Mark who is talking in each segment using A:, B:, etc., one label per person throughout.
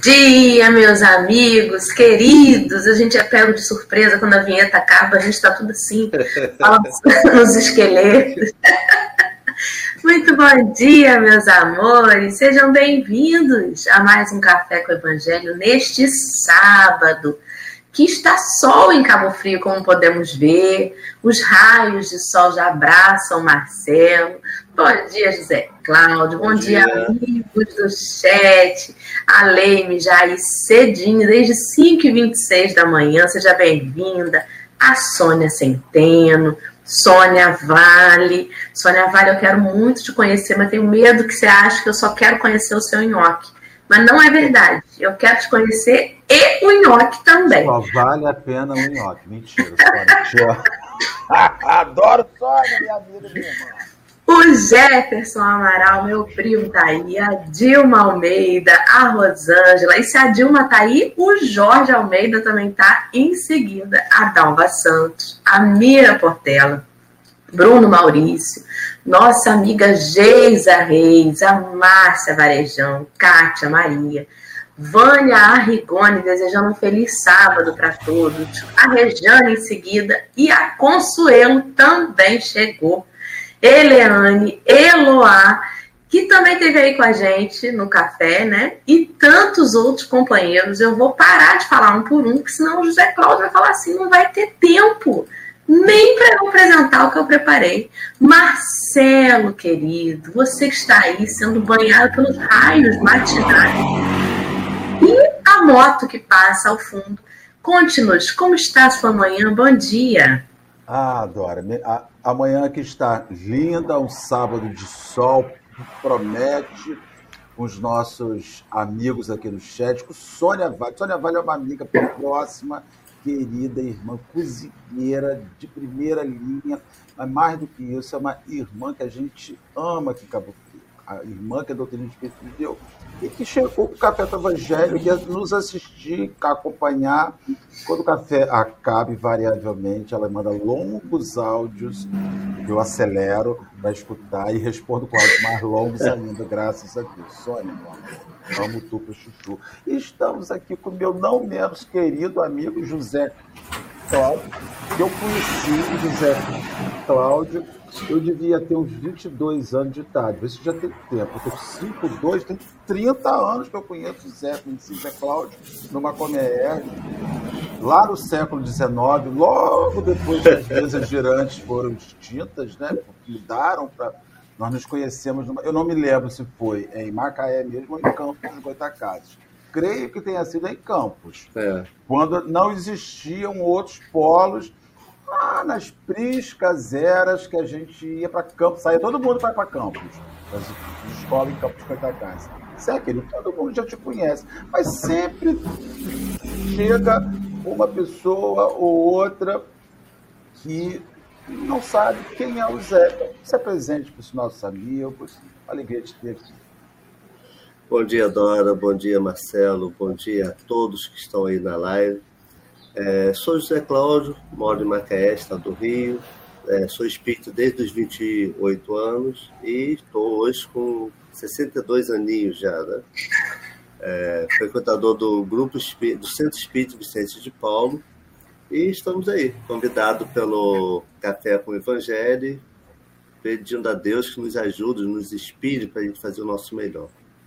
A: dia, meus amigos, queridos. A gente é pego de surpresa quando a vinheta acaba, a gente está tudo assim, nos esqueletos. Muito bom dia, meus amores. Sejam bem-vindos a mais um Café com o Evangelho neste sábado, que está sol em Cabo Frio, como podemos ver. Os raios de sol já abraçam Marcelo. Bom dia, José Cláudio. Bom dia, amigos do chat. A Leime já aí cedinho, desde 5h26 da manhã. Seja bem-vinda. A Sônia Centeno, Sônia Vale. Sônia Vale, eu quero muito te conhecer, mas tenho medo que você ache que eu só quero conhecer o seu nhoque. Mas não é verdade. Eu quero te conhecer e o nhoque também.
B: Só vale a pena o nhoque. Mentira, Sônia. Adoro Sônia, minha vida, minha irmã.
A: O Jefferson Amaral, meu primo, tá aí. A Dilma Almeida, a Rosângela. E se a Dilma tá aí, o Jorge Almeida também tá em seguida. A Dalva Santos, a Mira Portela, Bruno Maurício, nossa amiga Geisa Reis, a Márcia Varejão, Kátia Maria, Vânia Arrigoni, desejando um feliz sábado para todos. A Rejane em seguida e a Consuelo também chegou. Eleane, Eloá, que também esteve aí com a gente no café, né? E tantos outros companheiros. Eu vou parar de falar um por um, porque senão o José Cláudio vai falar assim, não vai ter tempo nem para eu apresentar o que eu preparei. Marcelo, querido, você que está aí sendo banhado pelos raios matinais e a moto que passa ao fundo. Conte-nos, como está a sua manhã? Bom dia.
B: Dora, amanhã que está linda, um sábado de sol, promete, com os nossos amigos aqui no chat, com Sônia Vale. Sônia Vale é uma amiga próxima, querida irmã cozinheira de primeira linha, mas mais do que isso, é uma irmã que a gente ama aqui em Cabo Frio, a irmã que a doutrina espírita nos deu, e que chegou com o Café do Evangelho, que ia nos assistir, acompanhar. Quando o café acaba, invariavelmente, ela manda longos áudios, eu acelero para escutar e respondo com áudios mais longos ainda, graças a Deus. Sônia, meu amor, amo tu pro chuchu. E estamos aqui com o meu não menos querido amigo José Cláudio, que eu conheci o José Cláudio, eu devia ter uns 22 anos de idade, isso já tem tempo, eu tenho 52, tem 30 anos que eu conheço o Zé, conheci o Zé Cláudio numa Comer, lá no século XIX, logo depois que as mesas girantes foram extintas, né, mudaram para... Nós nos conhecemos, eu não me lembro se foi em Macaé mesmo ou em Campos dos Goitacazes. Creio que tenha sido em Campos, quando não existiam outros polos, nas priscas eras que a gente ia para Campos, saía todo mundo para Campos, as escolas em Campos dos Goitacazes. Querido, todo mundo já te conhece, mas sempre chega uma pessoa ou outra que não sabe quem é o Zé. Se apresente para os nossos amigos, alegria de ter aqui.
C: Bom dia, Dora, bom dia, Marcelo, bom dia a todos que estão aí na live. Sou José Cláudio, moro em Macaé, estado do Rio, sou espírita desde os 28 anos e estou hoje com 62 aninhos já, né? Frequentador do grupo do Centro Espírita Vicente de Paulo, e estamos aí, convidados pelo Café com o Evangelho, pedindo a Deus que nos ajude, nos inspire para a gente fazer o nosso melhor.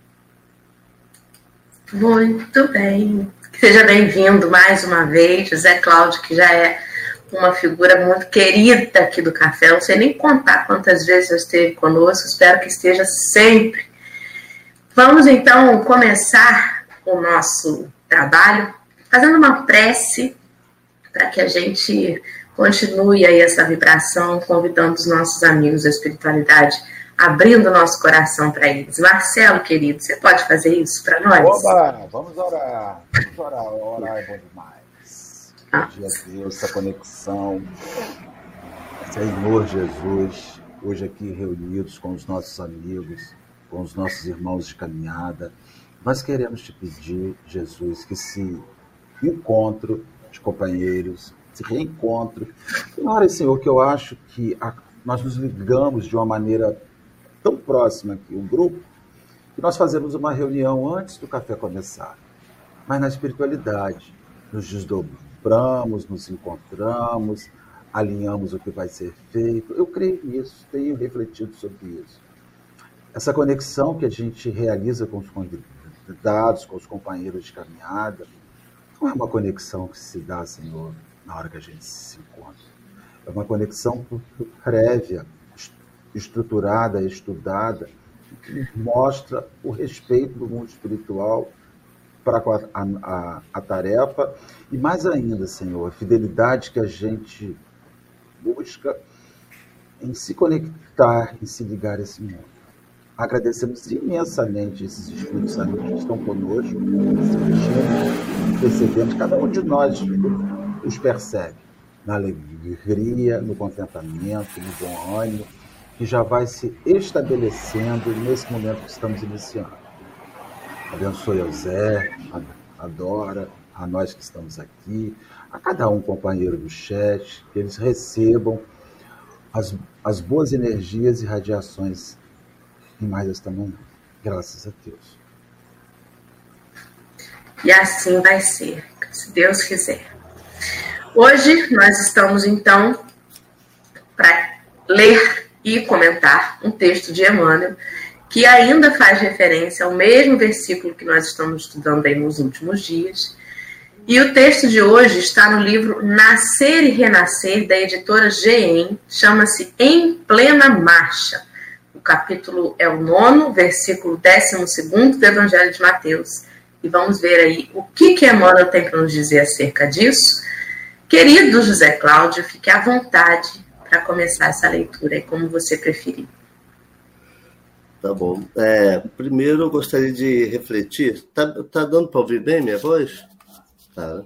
A: Muito bem. Seja bem-vindo mais uma vez, José Cláudio, que já é uma figura muito querida aqui do Café. Não sei nem contar quantas vezes já esteve conosco, espero que esteja sempre. Vamos, então, começar o nosso trabalho fazendo uma prece para que a gente continue aí essa vibração, convidando os nossos amigos da espiritualidade, abrindo o nosso coração para eles. Marcelo, querido, você pode fazer isso para nós?
B: Oba, vamos orar. Orar é bom demais. Pedir a Deus essa conexão. Senhor Jesus, hoje aqui reunidos com os nossos amigos, com os nossos irmãos de caminhada, nós queremos te pedir, Jesus, que esse encontro de companheiros, esse reencontro, e, Senhor, que eu acho que nós nos ligamos de uma maneira tão próxima aqui, um grupo, que nós fazemos uma reunião antes do café começar. mas na espiritualidade. Nos desdobramos, nos encontramos, alinhamos o que vai ser feito. Eu creio nisso, tenho refletido sobre isso. Essa conexão que a gente realiza com os convidados, com os companheiros de caminhada, não é uma conexão que se dá, Senhor, na hora que a gente se encontra. É uma conexão prévia, estruturada, estudada, que mostra o respeito do mundo espiritual para a tarefa e, mais ainda, Senhor, a fidelidade que a gente busca em se conectar, em se ligar a esse mundo. Agradecemos imensamente esses espíritos amigos que estão conosco, percebemos, cada um de nós os percebe na alegria, no contentamento, no bom ânimo, que já vai se estabelecendo nesse momento que estamos iniciando. Abençoe ao Zé, a Dora, a nós que estamos aqui, a cada um companheiro do chat, que eles recebam as boas energias e radiações em mais esta manhã. Graças a Deus.
A: E assim vai ser, se Deus quiser. Hoje nós estamos, então, para ler e comentar um texto de Emmanuel, que ainda faz referência ao mesmo versículo que nós estamos estudando aí nos últimos dias. E o texto de hoje está no livro Nascer e Renascer, da editora GEM, chama-se Em Plena Marcha. O capítulo é o 9º, versículo 12º do Evangelho de Mateus. E vamos ver aí o que Emmanuel tem para nos dizer acerca disso. Querido José Cláudio, fique à vontade para começar essa leitura, como você preferir.
C: Tá bom. Primeiro eu gostaria de refletir. Tá dando para ouvir bem minha voz? Tá.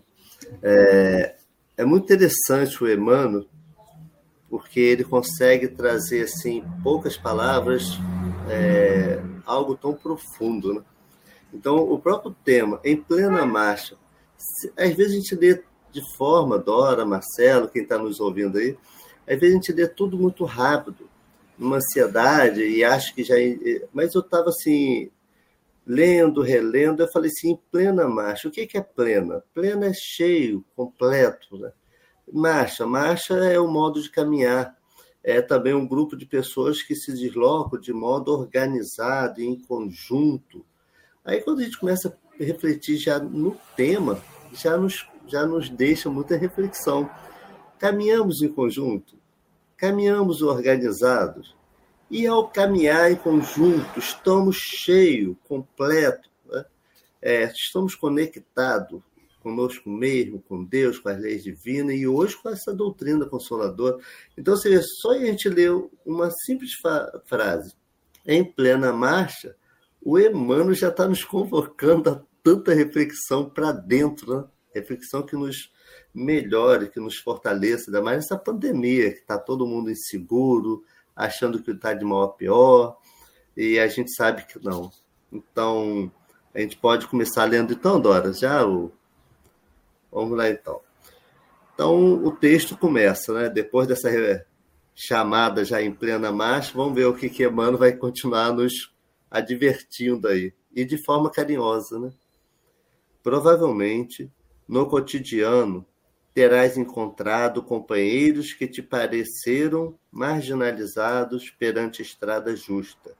C: É muito interessante o Emmanuel, porque ele consegue trazer, assim, em poucas palavras, algo tão profundo, né? Então, o próprio tema, Em Plena Marcha, às vezes a gente lê de forma, Dora, Marcelo, quem está nos ouvindo aí, às vezes a gente lê tudo muito rápido, numa ansiedade, e acho que já... Mas eu estava, assim, lendo, relendo, eu falei assim, em plena marcha. O que é plena? Plena é cheio, completo, né? Marcha é o modo de caminhar. É também um grupo de pessoas que se deslocam de modo organizado, em conjunto. Aí, quando a gente começa a refletir já no tema, já nos deixa muita reflexão. Caminhamos em conjunto, caminhamos organizados, e ao caminhar em conjunto, estamos cheios, completo, né? Estamos conectados conosco mesmo, com Deus, com as leis divinas, e hoje com essa doutrina consoladora. Então, seja, só a gente ler uma simples frase, em plena marcha, o Emmanuel já está nos convocando a tanta reflexão para dentro, né? Reflexão que nos melhore, que nos fortaleça, ainda mais nessa pandemia, que está todo mundo inseguro, achando que está de mal a pior, e a gente sabe que não. Então, a gente pode começar lendo, então, Dora, Vamos lá, então. Então, o texto começa, né? Depois dessa chamada já em plena marcha, vamos ver o que Emmanuel vai continuar nos advertindo aí, e de forma carinhosa, né? Provavelmente, no cotidiano, terás encontrado companheiros que te pareceram marginalizados perante a estrada justa.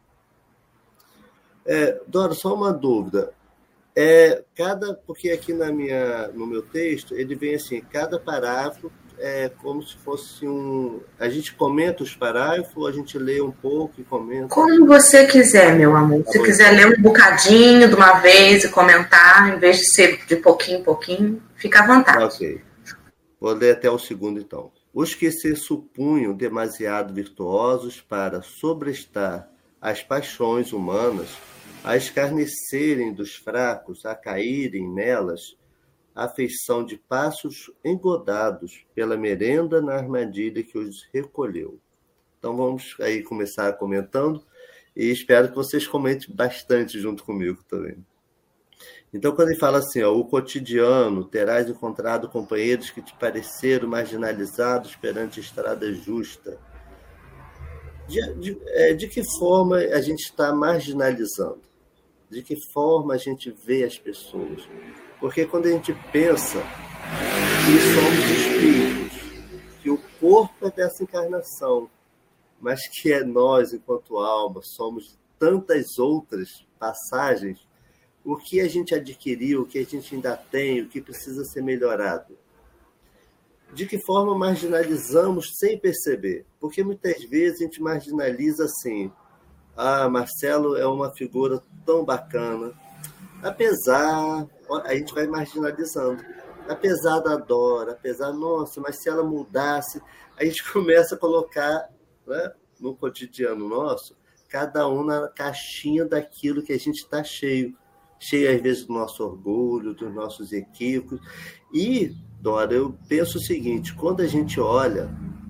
C: Dora, só uma dúvida. Porque aqui no meu texto, ele vem assim, cada parágrafo é como se fosse a gente comenta os parágrafos, a gente lê um pouco e comenta.
A: Como você quiser, meu amor. Se quiser ler um bocadinho de uma vez e comentar, em vez de ser de pouquinho em pouquinho, fica à vontade.
C: Ok. Vou ler até o segundo, então. Os que se supunham demasiado virtuosos para sobrestar às paixões humanas, a escarnecerem dos fracos, a caírem nelas, a feição de passos engodados pela merenda na armadilha que os recolheu. Então vamos aí começar comentando e espero que vocês comentem bastante junto comigo também. Então, quando ele fala assim, o cotidiano, terás encontrado companheiros que te pareceram marginalizados perante a estrada justa. De que forma a gente está marginalizando? De que forma a gente vê as pessoas? Porque quando a gente pensa que somos espíritos, que o corpo é dessa encarnação, mas que é nós, enquanto alma, somos tantas outras passagens, o que a gente adquiriu, o que a gente ainda tem, o que precisa ser melhorado? De que forma marginalizamos sem perceber? Porque muitas vezes a gente marginaliza assim, Marcelo é uma figura tão bacana, apesar, a gente vai marginalizando, apesar da Dora, apesar, nossa, mas se ela mudasse, a gente começa a colocar, né, no cotidiano nosso, cada um na caixinha daquilo que a gente está cheio às vezes do nosso orgulho, dos nossos equívocos. E, Dora, eu penso o seguinte, quando a gente olha,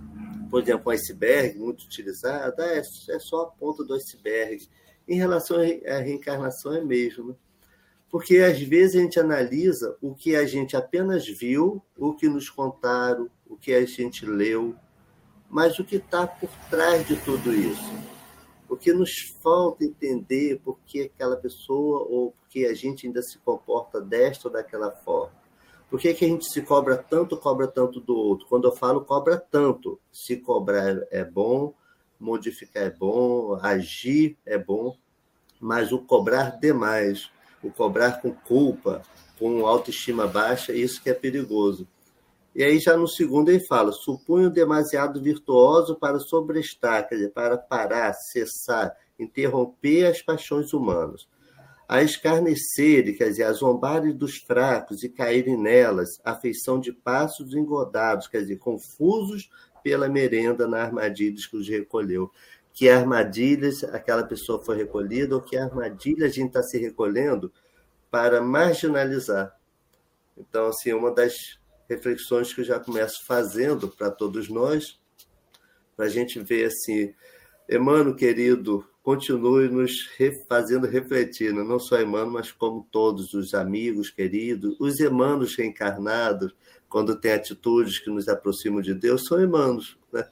C: por exemplo, o iceberg, muito utilizado, é só a ponta do iceberg. Em relação à reencarnação é mesmo, né? Porque às vezes a gente analisa o que a gente apenas viu, o que nos contaram, o que a gente leu, mas o que está por trás de tudo isso. O que nos falta entender por que aquela pessoa ou por que a gente ainda se comporta desta ou daquela forma. Por que a gente se cobra tanto do outro? Quando eu falo cobra tanto, se cobrar é bom, modificar é bom, agir é bom, mas o cobrar demais, o cobrar com culpa, com autoestima baixa, isso que é perigoso. E aí já no segundo ele fala, supunho demasiado virtuoso para sobrestar, quer dizer, para parar, cessar, interromper as paixões humanas. A escarnecerem, quer dizer, a zombarem dos fracos e caírem nelas, a feição de passos engordados, quer dizer, confusos pela merenda na armadilhas que os recolheu. Que armadilhas aquela pessoa foi recolhida ou que armadilha a gente está se recolhendo para marginalizar. Então, assim, uma das reflexões que eu já começo fazendo para todos nós, para a gente ver assim, Emmanuel, querido, continue nos fazendo refletir, né? Não só Emmanuel, mas como todos os amigos queridos, os Emmanuels reencarnados, quando tem atitudes que nos aproximam de Deus, são Emmanuels, né?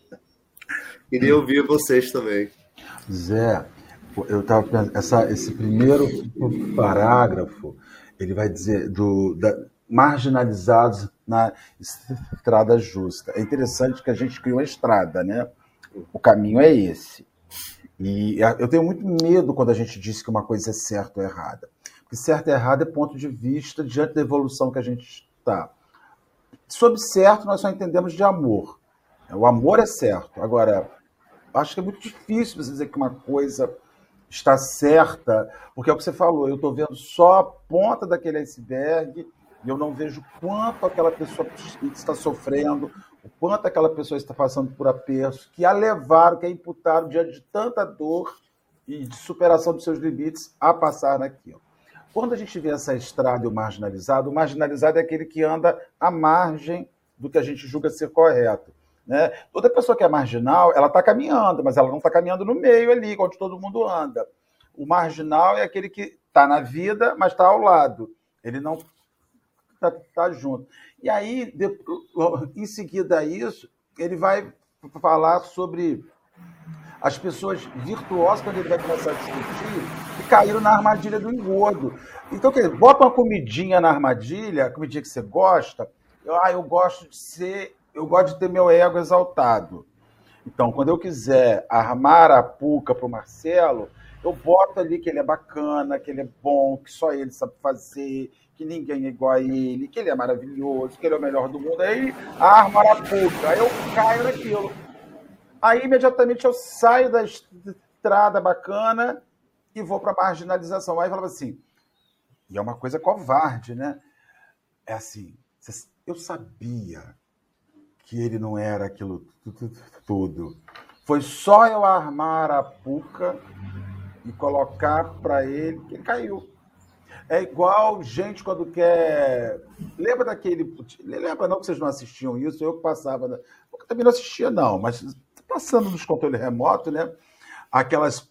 C: Queria ouvir vocês também.
B: Zé, eu estava pensando, esse primeiro parágrafo, ele vai dizer marginalizados na estrada justa. É interessante que a gente criou uma estrada, né? O caminho é esse. E eu tenho muito medo quando a gente diz que uma coisa é certa ou errada. Porque certo e errado é ponto de vista diante da evolução que a gente está. Sob certo, nós só entendemos de amor. O amor é certo. Agora, acho que é muito difícil você dizer que uma coisa está certa, porque é o que você falou, eu estou vendo só a ponta daquele iceberg e eu não vejo quanto aquela pessoa está sofrendo, o quanto aquela pessoa está passando por apertos, que a levaram, que a imputaram diante de tanta dor e de superação dos seus limites a passar naquilo. Quando a gente vê essa estrada e o marginalizado é aquele que anda à margem do que a gente julga ser correto. Né? Toda pessoa que é marginal, ela está caminhando, mas ela não está caminhando no meio ali, onde todo mundo anda. O marginal é aquele que está na vida, mas está ao lado. Ele não está junto. E aí, em seguida a isso, ele vai falar sobre as pessoas virtuosas, quando ele vai começar a discutir, que caíram na armadilha do engordo. Então, quer dizer, bota uma comidinha na armadilha, a comidinha que você gosta, eu gosto de ter meu ego exaltado. Então, quando eu quiser armar a puca para o Marcelo, eu boto ali que ele é bacana, que ele é bom, que só ele sabe fazer, que ninguém é igual a ele, que ele é maravilhoso, que ele é o melhor do mundo. Aí arma a puca, aí eu caio naquilo. Aí, imediatamente, eu saio da estrada bacana e vou para a marginalização. Aí eu falava assim, e é uma coisa covarde, né? É assim, eu sabia que ele não era aquilo tudo. Foi só eu armar a puca e colocar para ele que ele caiu. É igual gente quando quer... Lembra daquele... Lembra não que vocês não assistiam isso? Eu que passava... Eu também não assistia não, mas passando nos controles remotos, né? Aquelas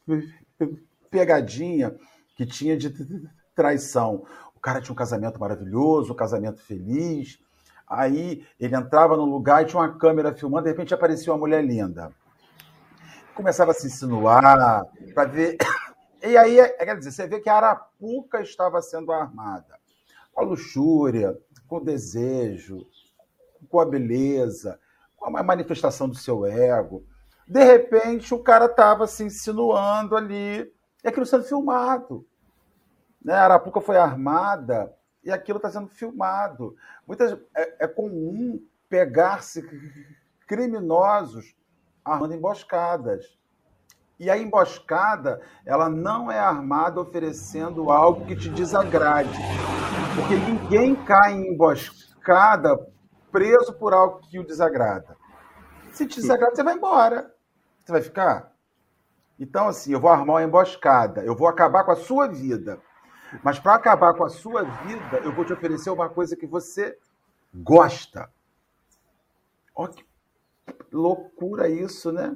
B: pegadinhas que tinha de traição. O cara tinha um casamento maravilhoso, um casamento feliz. Aí ele entrava num lugar e tinha uma câmera filmando, de repente aparecia uma mulher linda. Começava a se insinuar para ver... E aí, quer dizer, você vê que a arapuca estava sendo armada. com a luxúria, com o desejo, com a beleza, com a manifestação do seu ego. De repente, o cara estava se insinuando ali, e aquilo sendo filmado. Né? A Arapuca foi armada e aquilo está sendo filmado. É comum pegar-se criminosos armando emboscadas. E a emboscada, ela não é armada oferecendo algo que te desagrade. Porque ninguém cai em emboscada preso por algo que o desagrada. Se te desagrada, você vai embora. Você vai ficar? Então, assim, eu vou armar uma emboscada, eu vou acabar com a sua vida. Mas para acabar com a sua vida, eu vou te oferecer uma coisa que você gosta. Olha que loucura isso, né?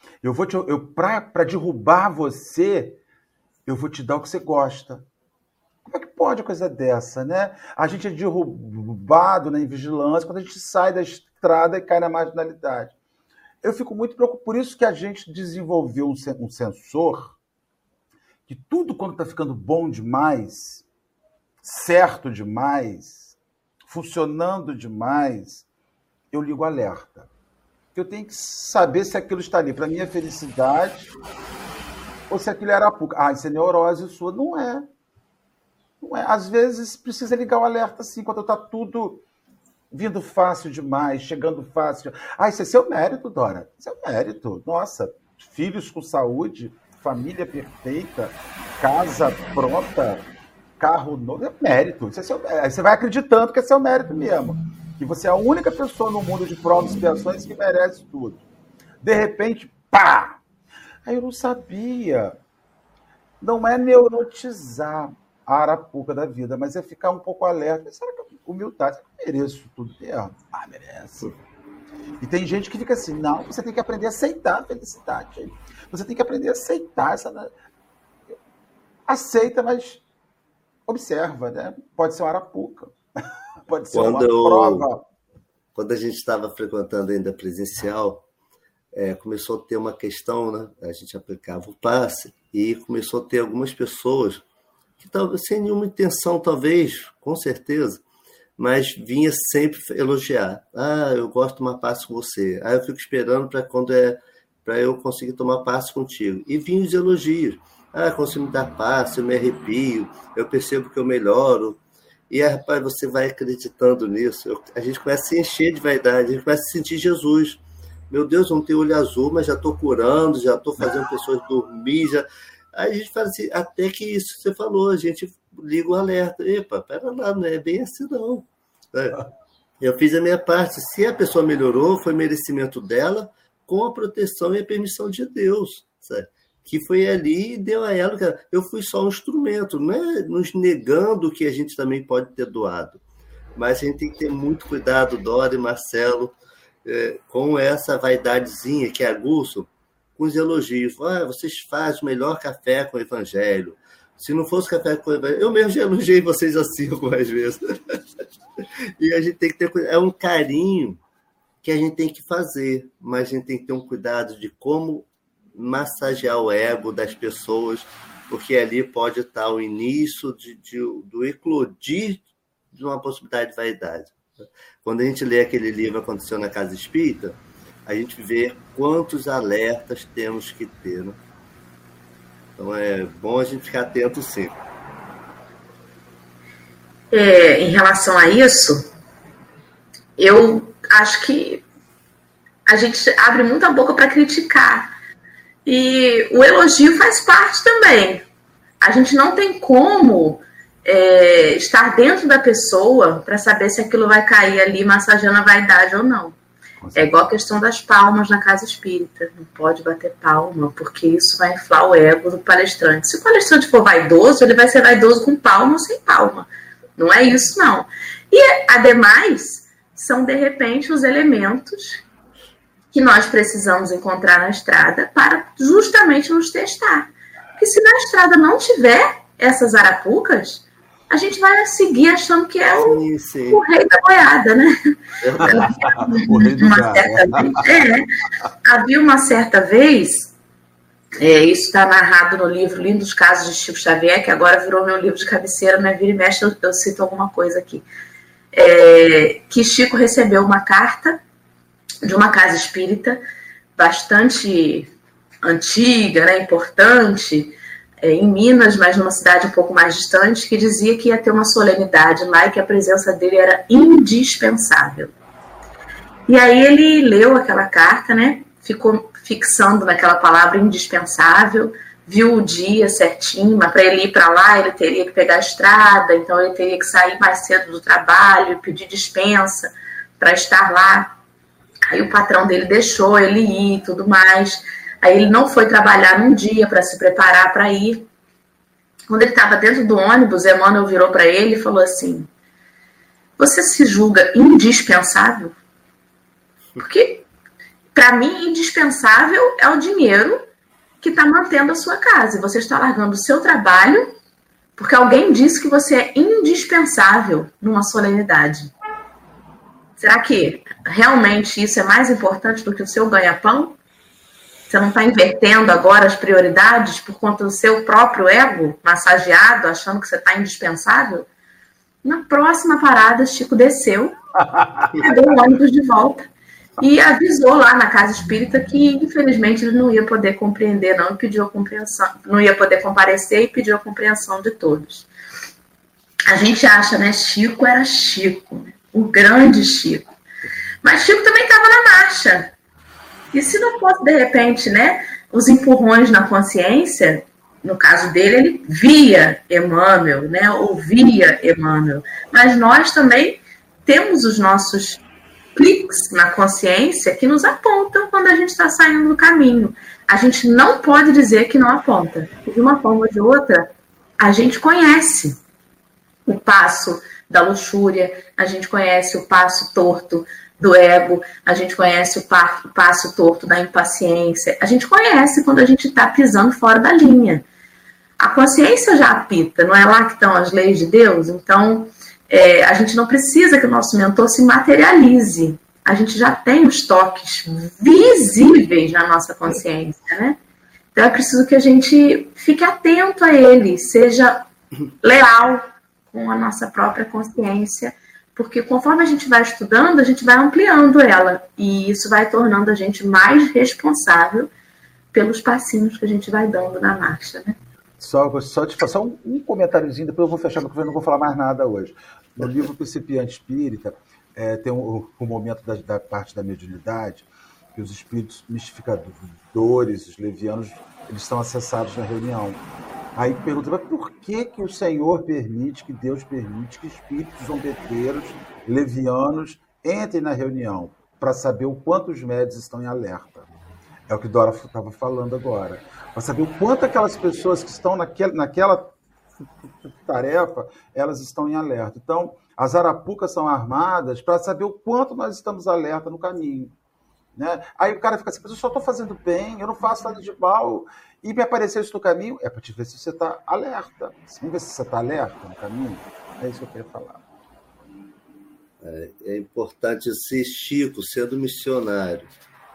B: Para derrubar você, eu vou te dar o que você gosta. Como é que pode uma coisa dessa, né? A gente é derrubado na invigilância quando a gente sai da estrada e cai na marginalidade. Eu fico muito preocupado. Por isso que a gente desenvolveu um sensor que tudo quando está ficando bom demais, certo demais, funcionando demais, eu ligo alerta. Eu tenho que saber se aquilo está ali para minha felicidade ou se aquilo é Arapuca. Isso é neurose sua. Não é. Não é. Às vezes precisa ligar o alerta assim, quando está tudo vindo fácil demais, chegando fácil. Isso é seu mérito, Dora. Isso é o mérito. Nossa, filhos com saúde, família perfeita, casa pronta, carro novo, é mérito. Isso é seu mérito. Você vai acreditando que é seu mérito mesmo. Que você é a única pessoa no mundo de provas e expiações que merece tudo. De repente, pá! Aí eu não sabia. Não é neurotizar a Arapuca da vida, mas é ficar um pouco alerta. Será que humildade? Eu mereço tudo mesmo? Merece. E tem gente que fica assim, não, você tem que aprender a aceitar a felicidade. Você tem que aprender a aceitar essa... Aceita, mas observa, né? Pode ser uma Arapuca. Pode ser uma prova.
C: Quando a gente estava frequentando ainda presencial, começou a ter uma questão, né? A gente aplicava o passe e começou a ter algumas pessoas que estavam sem nenhuma intenção, talvez, com certeza, mas vinha sempre elogiar. Eu gosto de tomar passe com você. Eu fico esperando para eu conseguir tomar passe contigo. E vinham os elogios. Quando você me dá passe, eu me arrepio, eu percebo que eu melhoro. E, rapaz, você vai acreditando nisso. A gente começa a se encher de vaidade, a gente começa a sentir Jesus. Meu Deus, não tenho olho azul, mas já estou curando, já estou fazendo pessoas dormir. Aí a gente fala assim, até que isso que você falou, a gente liga o alerta. Epa, pera lá, não é bem assim não. Eu fiz a minha parte. Se a pessoa melhorou, foi merecimento dela, com a proteção e a permissão de Deus, sabe? Que foi ali e deu a ela. Eu fui só um instrumento, não é nos negando que a gente também pode ter doado. Mas a gente tem que ter muito cuidado, Dora e Marcelo, com essa vaidadezinha que aguçam, com os elogios. Vocês fazem o melhor café com o Evangelho. Se não fosse café com o Evangelho... Eu mesmo já elogiei vocês assim algumas vezes. E a gente tem que ter cuidado. É um carinho que a gente tem que fazer, mas a gente tem que ter um cuidado de como massagear o ego das pessoas, porque ali pode estar o início do eclodir de uma possibilidade de vaidade. Quando a gente lê aquele livro Aconteceu na Casa Espírita, a gente vê quantos alertas temos que ter, né? Então é bom a gente ficar atento sim.
A: Em relação a isso, eu acho que a gente abre muita boca para criticar. E o elogio faz parte também. A gente não tem como estar dentro da pessoa para saber se aquilo vai cair ali massageando a vaidade ou não. É igual a questão das palmas na casa espírita. Não pode bater palma, porque isso vai inflar o ego do palestrante. Se o palestrante for vaidoso, ele vai ser vaidoso com palma ou sem palma. Não é isso, não. E, ademais, são, de repente, os elementos que nós precisamos encontrar na estrada para justamente nos testar. Porque se na estrada não tiver essas arapucas, a gente vai seguir achando que é o rei da boiada, né?
B: O rei do gado.
A: Havia uma certa vez Isso está narrado no livro Lindos Casos de Chico Xavier, que agora virou meu livro de cabeceira, né? Vira e mexe, eu cito alguma coisa aqui. Que Chico recebeu uma carta de uma casa espírita bastante antiga, né, importante, em Minas, mas numa cidade um pouco mais distante, que dizia que ia ter uma solenidade lá e que a presença dele era indispensável. E aí ele leu aquela carta, né, ficou fixando naquela palavra indispensável, viu o dia certinho, mas para ele ir para lá ele teria que pegar a estrada, então ele teria que sair mais cedo do trabalho, pedir dispensa para estar lá. Aí o patrão dele deixou ele ir e tudo mais. Aí ele não foi trabalhar num dia para se preparar para ir. Quando ele estava dentro do ônibus, Emmanuel virou para ele e falou assim: você se julga indispensável? Porque, para mim, indispensável é o dinheiro que está mantendo a sua casa. E você está largando o seu trabalho porque alguém disse que você é indispensável numa solenidade. Será que realmente isso é mais importante do que o seu ganha-pão? Você não está invertendo agora as prioridades por conta do seu próprio ego massageado, achando que você está indispensável? Na próxima parada, Chico desceu, pegou o ônibus de volta e avisou lá na casa espírita que, infelizmente, ele não ia poder compreender, não, e pediu a compreensão, não ia poder comparecer e pediu a compreensão de todos. A gente acha, né, Chico era Chico, o grande Chico. Mas Chico também estava na marcha. E se não fosse, de repente, né, os empurrões na consciência, no caso dele, ele via Emmanuel, né, ouvia Emmanuel. Mas nós também temos os nossos cliques na consciência que nos apontam quando a gente está saindo do caminho. A gente não pode dizer que não aponta. De uma forma ou de outra, a gente conhece o passo da luxúria, a gente conhece o passo torto do ego, a gente conhece o passo torto da impaciência, a gente conhece quando a gente está pisando fora da linha. A consciência já apita, não é lá que estão as leis de Deus? Então, a gente não precisa que o nosso mentor se materialize. A gente já tem os toques visíveis na nossa consciência, né? Então, é preciso que a gente fique atento a ele, seja leal com a nossa própria consciência, porque conforme a gente vai estudando, a gente vai ampliando ela, e isso vai tornando a gente mais responsável pelos passinhos que a gente vai dando na marcha, né?
B: Só te fazer um comentáriozinho, depois eu vou fechar, porque eu não vou falar mais nada hoje. No livro Principiante Espírita, tem um momento da parte da mediunidade, que os espíritos mistificadores, os levianos, eles estão acessados na reunião. Aí pergunta, mas por que o Senhor permite, que Deus permite que espíritos zombeteiros, levianos, entrem na reunião para saber o quanto os médios estão em alerta? É o que Dora estava falando agora. Para saber o quanto aquelas pessoas que estão naquela tarefa, elas estão em alerta. Então, as arapucas são armadas para saber o quanto nós estamos alerta no caminho. Né? Aí o cara fica assim, mas eu só estou fazendo bem, eu não faço nada de mal, e me apareceu isso no caminho, é para te ver se você está alerta. Vamos ver se você está alerta no caminho. É isso que eu queria falar.
C: É importante ser Chico, sendo missionário.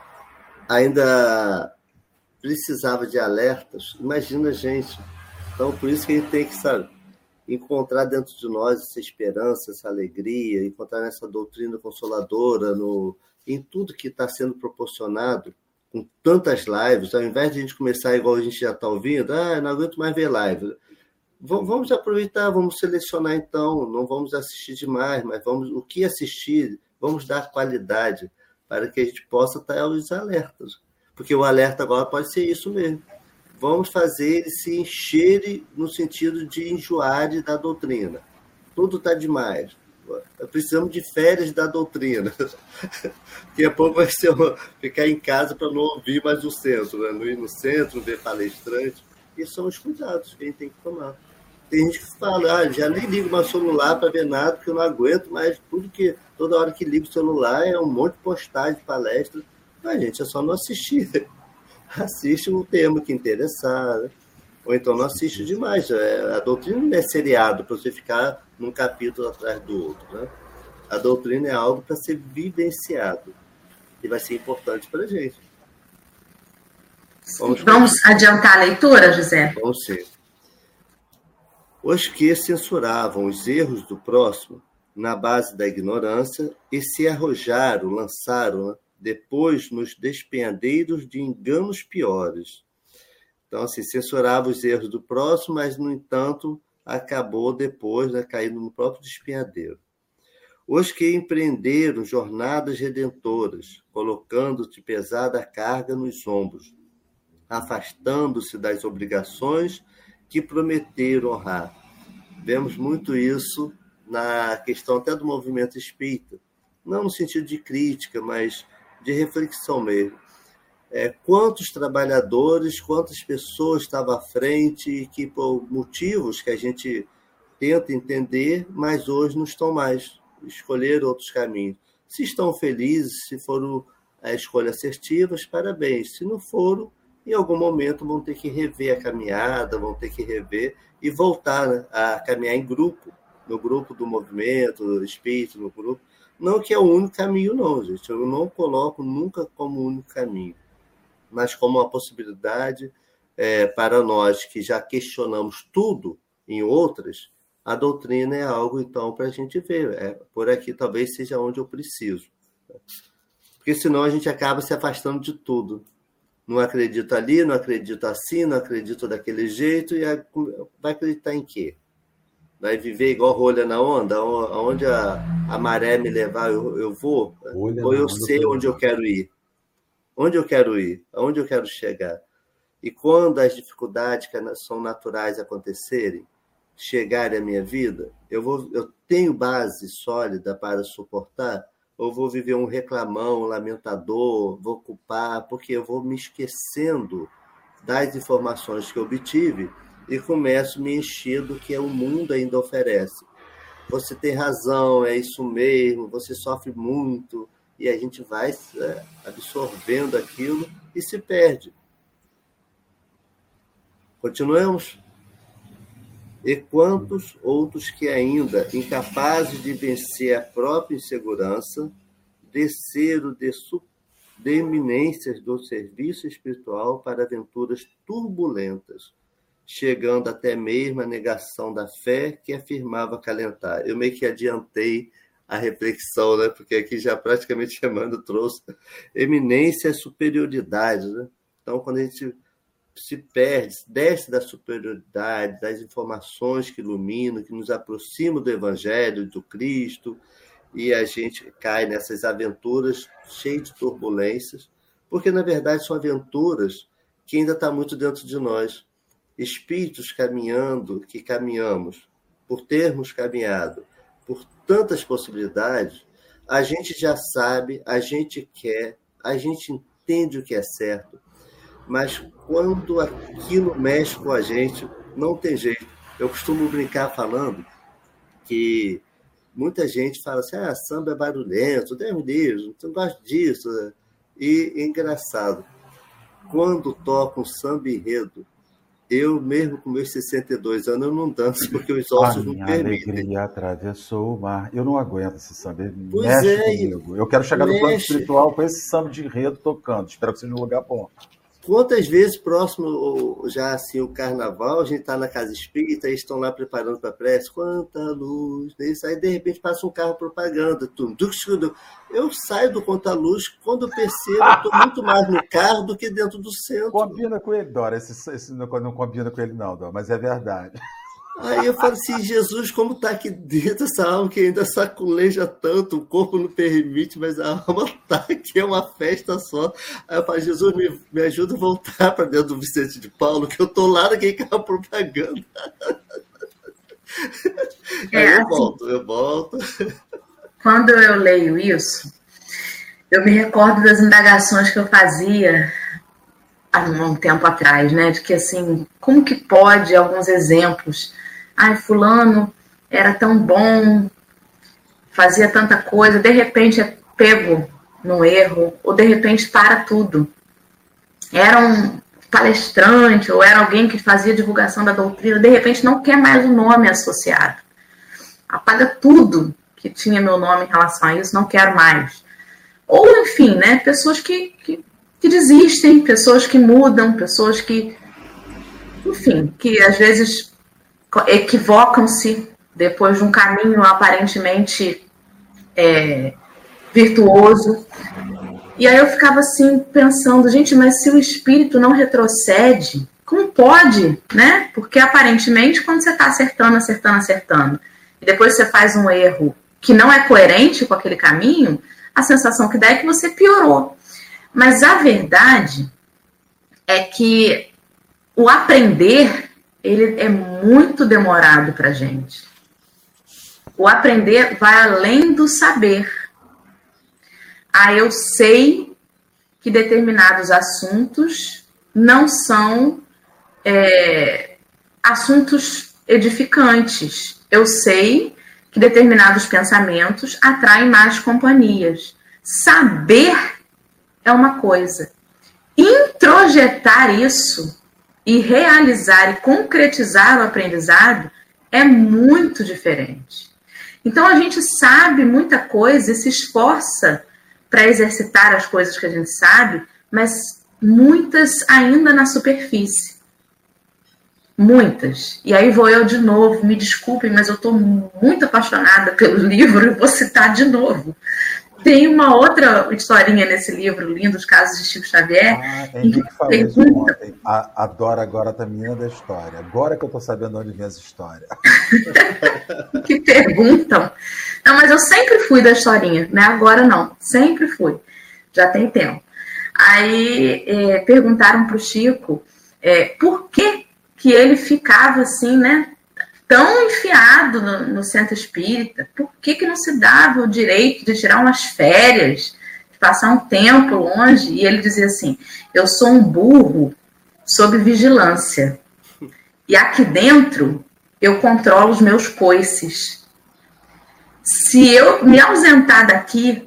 C: Ainda precisava de alertas. Imagina a gente. Então, por isso que a gente tem que, sabe, encontrar dentro de nós essa esperança, essa alegria, encontrar nessa doutrina consoladora, em tudo que está sendo proporcionado, com tantas lives, ao invés de a gente começar igual a gente já está ouvindo, não aguento mais ver live. Vamos aproveitar, vamos selecionar então, não vamos assistir demais, mas o que assistir, vamos dar qualidade para que a gente possa estar aos alertas. Porque o alerta agora pode ser isso mesmo. Vamos fazer ele se encher no sentido de enjoar da doutrina. Tudo está demais. Precisamos de férias da doutrina. Daqui a pouco vai ser ficar em casa para não ouvir mais o centro, né? Não ir no centro, ver palestrante. E são os cuidados que a gente tem que tomar. Tem gente que fala, já nem ligo meu celular para ver nada, porque eu não aguento, mas toda hora que ligo o celular é um monte de postagem de palestra. Mas, gente, é só não assistir. Assiste um tema que interessar, né? Ou então não assiste demais. A doutrina não é seriado para você ficar num capítulo atrás do outro, né? A doutrina é algo para ser vivenciado e vai ser importante para a gente.
A: Vamos adiantar a leitura, José?
C: Vamos sim. Os que censuravam os erros do próximo na base da ignorância e se arrojaram, lançaram, depois nos despenhadeiros de enganos piores. Então, assim, censurava os erros do próximo, mas, no entanto, acabou depois caindo no próprio despenhadeiro. Os que empreenderam jornadas redentoras, colocando-te pesada carga nos ombros, afastando-se das obrigações que prometeram honrar. Vemos muito isso na questão até do movimento espírita, não no sentido de crítica, mas de reflexão mesmo. Quantos trabalhadores, quantas pessoas estavam à frente e que, por motivos que a gente tenta entender, mas hoje não estão mais, escolheram outros caminhos. Se estão felizes, se foram escolhas assertivas, parabéns. Se não foram, em algum momento vão ter que rever a caminhada, vão ter que rever e voltar, né, a caminhar em grupo, no grupo do movimento, do espírito, no grupo. Não que é o único caminho, não, gente. Eu não coloco nunca como o único caminho, mas como uma possibilidade para nós que já questionamos tudo em outras, a doutrina é algo, então, para a gente ver. Por aqui talvez seja onde eu preciso. Porque senão a gente acaba se afastando de tudo. Não acredito ali, não acredito assim, não acredito daquele jeito, e vai acreditar em quê? Vai viver igual rolha na onda? Aonde a maré me levar, eu vou? Ou eu sei onde eu quero ir? Onde eu quero ir? Aonde eu quero chegar? E quando as dificuldades que são naturais acontecerem, chegarem à minha vida, eu tenho base sólida para suportar, ou vou viver um reclamão, um lamentador, vou culpar, porque eu vou me esquecendo das informações que eu obtive e começo a me encher do que o mundo ainda oferece. Você tem razão, é isso mesmo, você sofre muito, e a gente vai absorvendo aquilo e se perde. Continuemos? E quantos outros que ainda, incapazes de vencer a própria insegurança, desceram de eminências do serviço espiritual para aventuras turbulentas, chegando até mesmo à negação da fé que afirmava acalentar. Eu meio que adiantei a reflexão, né? Porque aqui já praticamente Emmanuel trouxe eminência e superioridade, né? Então, quando a gente se perde, desce da superioridade, das informações que iluminam, que nos aproximam do Evangelho, do Cristo, e a gente cai nessas aventuras cheias de turbulências, porque, na verdade, são aventuras que ainda estão muito dentro de nós. Espíritos caminhando, que caminhamos, por termos caminhado, por tantas possibilidades, a gente já sabe, a gente quer, a gente entende o que é certo, mas quando aquilo mexe com a gente, não tem jeito. Eu costumo brincar falando que muita gente fala assim, samba é barulhento, Deus me livre, não gosto disso. E é engraçado, quando toca um samba enredo, eu mesmo com meus 62 anos, eu não danço porque os ossos não permitem. A
B: alegria atravessou o mar. Eu não aguento esse samba,
C: pois
B: mexe comigo. Eu quero chegar no plano espiritual com esse samba de enredo tocando. Espero que seja um lugar bom.
C: Quantas vezes próximo, já assim, o carnaval, a gente está na casa espírita, eles estão lá preparando para a prece, quanta luz, isso aí de repente passa um carro propaganda, eu saio do Quanta Luz, quando eu percebo, eu estou muito mais no carro do que dentro do centro.
B: Combina com ele, Dora, esse não combina com ele não, Dora, mas é verdade.
C: Aí eu falo assim, Jesus, como está aqui dentro essa alma que ainda saculeja tanto, o corpo não permite, mas a alma está aqui, é uma festa só. Aí eu falo, Jesus, me ajuda a voltar para dentro do Vicente de Paulo, que eu estou lá naquele carro propaganda. Aí eu volto.
A: Quando eu leio isso, eu me recordo das indagações que eu fazia há um tempo atrás, né? De que, assim, como que pode, alguns exemplos, fulano era tão bom, fazia tanta coisa, de repente é pego no erro, ou de repente para tudo. Era um palestrante, ou era alguém que fazia divulgação da doutrina, de repente não quer mais o nome associado. Apaga tudo que tinha meu nome em relação a isso, não quero mais. Ou, enfim, né, pessoas que que desistem, pessoas que mudam, pessoas que, enfim, que às vezes equivocam-se depois de um caminho aparentemente virtuoso. E aí eu ficava assim pensando, gente, mas se o espírito não retrocede, como pode, né? Porque aparentemente quando você está acertando, e depois você faz um erro que não é coerente com aquele caminho, a sensação que dá é que você piorou. Mas a verdade é que o aprender, ele é muito demorado para a gente. O aprender vai além do saber. Eu sei que determinados assuntos não são assuntos edificantes. Eu sei que determinados pensamentos atraem mais companhias. Saber é uma coisa. Introjetar isso e realizar e concretizar o aprendizado é muito diferente. Então a gente sabe muita coisa e se esforça para exercitar as coisas que a gente sabe, mas muitas ainda na superfície. Muitas. E aí vou eu de novo, me desculpem, mas eu estou muito apaixonada pelo livro e vou citar de novo. Tem uma outra historinha nesse livro, lindo, Os Casos de Chico Xavier.
B: Henrique falou isso ontem. A Dora agora está menina da história. Agora que eu estou sabendo onde vem essa história.
A: Que perguntam. Não, mas eu sempre fui da historinha, né? Agora não, sempre fui. Já tem tempo. Aí perguntaram para o Chico por que ele ficava assim, né? Tão enfiado no centro espírita, por que não se dava o direito de tirar umas férias, de passar um tempo longe? E ele dizia assim, eu sou um burro sob vigilância. E aqui dentro, eu controlo os meus coices. Se eu me ausentar daqui,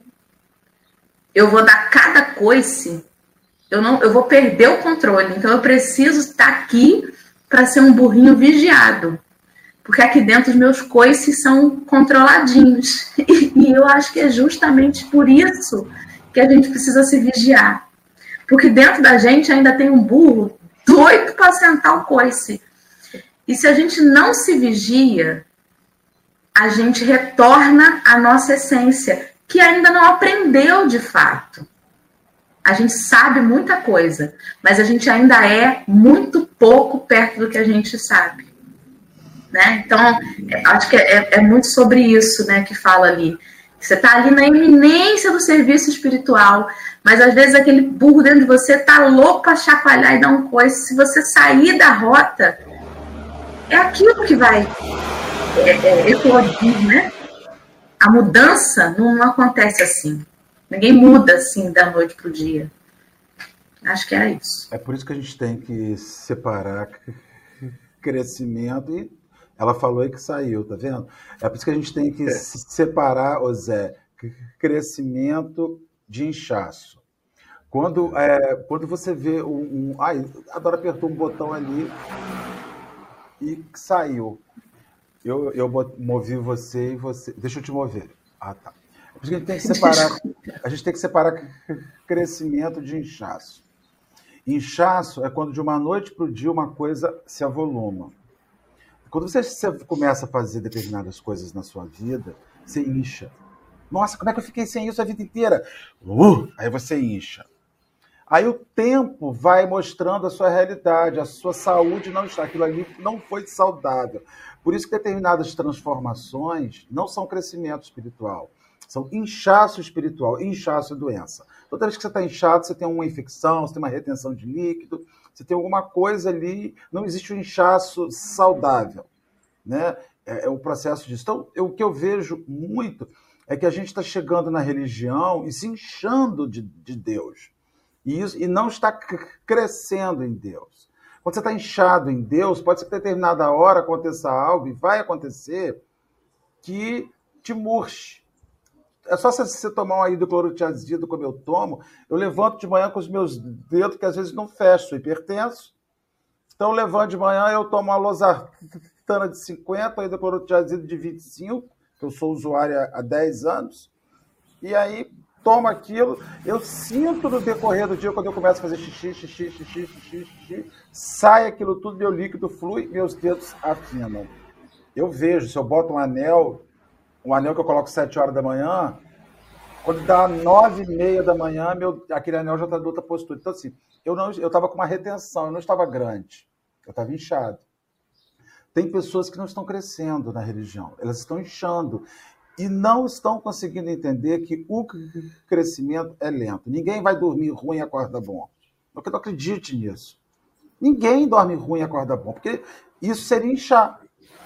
A: eu vou dar cada coice, eu vou perder o controle. Então, eu preciso estar aqui para ser um burrinho vigiado. Porque aqui dentro os meus coices são controladinhos. E eu acho que é justamente por isso que a gente precisa se vigiar. Porque dentro da gente ainda tem um burro doido para sentar o coice. E se a gente não se vigia, a gente retorna à nossa essência, que ainda não aprendeu de fato. A gente sabe muita coisa, mas a gente ainda é muito pouco perto do que a gente sabe. Né? Então, acho que é muito sobre isso, né, que fala ali. Você está ali na iminência do serviço espiritual, mas às vezes aquele burro dentro de você está louco para chacoalhar e dar um coice. Se você sair da rota, é aquilo que vai eclodir, né? A mudança não acontece assim. Ninguém muda assim da noite para o dia. Acho que é isso.
B: É por isso que a gente tem que separar crescimento e ela falou aí que saiu, tá vendo? É por isso que a gente tem que separar, Zé, crescimento de inchaço. Quando você vê a Dora apertou um botão ali e saiu. Eu movi você e você... Deixa eu te mover. Ah, tá. É por isso que a gente tem que separar crescimento de inchaço. Inchaço é quando de uma noite para o dia uma coisa se avoluma. Quando você começa a fazer determinadas coisas na sua vida, você incha. Nossa, como é que eu fiquei sem isso a vida inteira? Aí você incha. Aí o tempo vai mostrando a sua realidade, a sua saúde não está. Aquilo ali não foi saudável. Por isso que determinadas transformações não são crescimento espiritual. São inchaço espiritual. Inchaço é doença. Toda vez que você está inchado, você tem uma infecção, você tem uma retenção de líquido, você tem alguma coisa ali, não existe um inchaço saudável, né? É o processo disso. Então, o que eu vejo muito é que a gente está chegando na religião e se inchando de Deus. E não está crescendo em Deus. Quando você está inchado em Deus, pode ser que em determinada hora aconteça algo, e vai acontecer, que te murche. É só você tomar uma hidroclorotiazida, como eu tomo, eu levanto de manhã com os meus dedos, que às vezes não fecham, sou hipertenso. Então, eu levanto de manhã, eu tomo uma losartana de 50, a hidroclorotiazida de 25, que eu sou usuário há 10 anos, e aí tomo aquilo, eu sinto no decorrer do dia, quando eu começo a fazer xixi, sai aquilo tudo, meu líquido flui, meus dedos afinam. Eu vejo, se eu boto um anel que eu coloco 7 horas da manhã, quando dá 9h30 da manhã, aquele anel já está de outra postura. Então, assim, eu estava com uma retenção, eu não estava grande, eu estava inchado. Tem pessoas que não estão crescendo na religião, elas estão inchando e não estão conseguindo entender que o crescimento é lento. Ninguém vai dormir ruim e acorda bom. Eu não acredite nisso. Ninguém dorme ruim e acorda bom, porque isso seria inchar.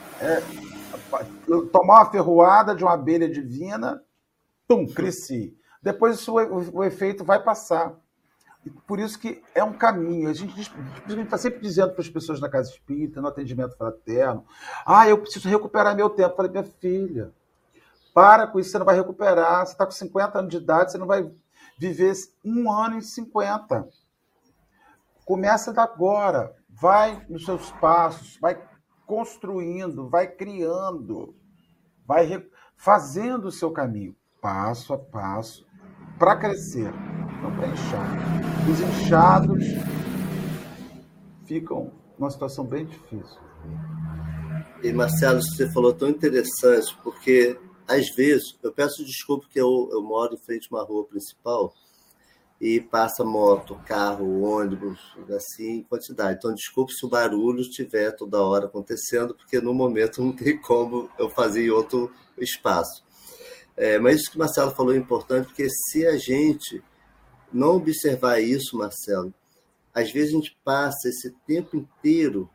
B: Tomar uma ferroada de uma abelha divina, cresci. Depois o efeito vai passar. Por isso que é um caminho. A gente está sempre dizendo para as pessoas na casa espírita, no atendimento fraterno, eu preciso recuperar meu tempo. Eu falei, minha filha, para com isso, você não vai recuperar. Você está com 50 anos de idade, você não vai viver 1 ano em 50. Começa agora. Vai nos seus passos, vai construindo, vai criando, vai fazendo o seu caminho, passo a passo, para crescer, não para inchar. Os inchados ficam numa situação bem difícil.
C: E, Marcelo, você falou tão interessante, porque, às vezes, eu peço desculpa que eu moro em frente a uma rua principal e passa moto, carro, ônibus, assim, em quantidade. Então, desculpe se o barulho estiver toda hora acontecendo, porque, no momento, não tem como eu fazer em outro espaço. Mas isso que o Marcelo falou é importante, porque se a gente não observar isso, Marcelo, às vezes a gente passa esse tempo inteiro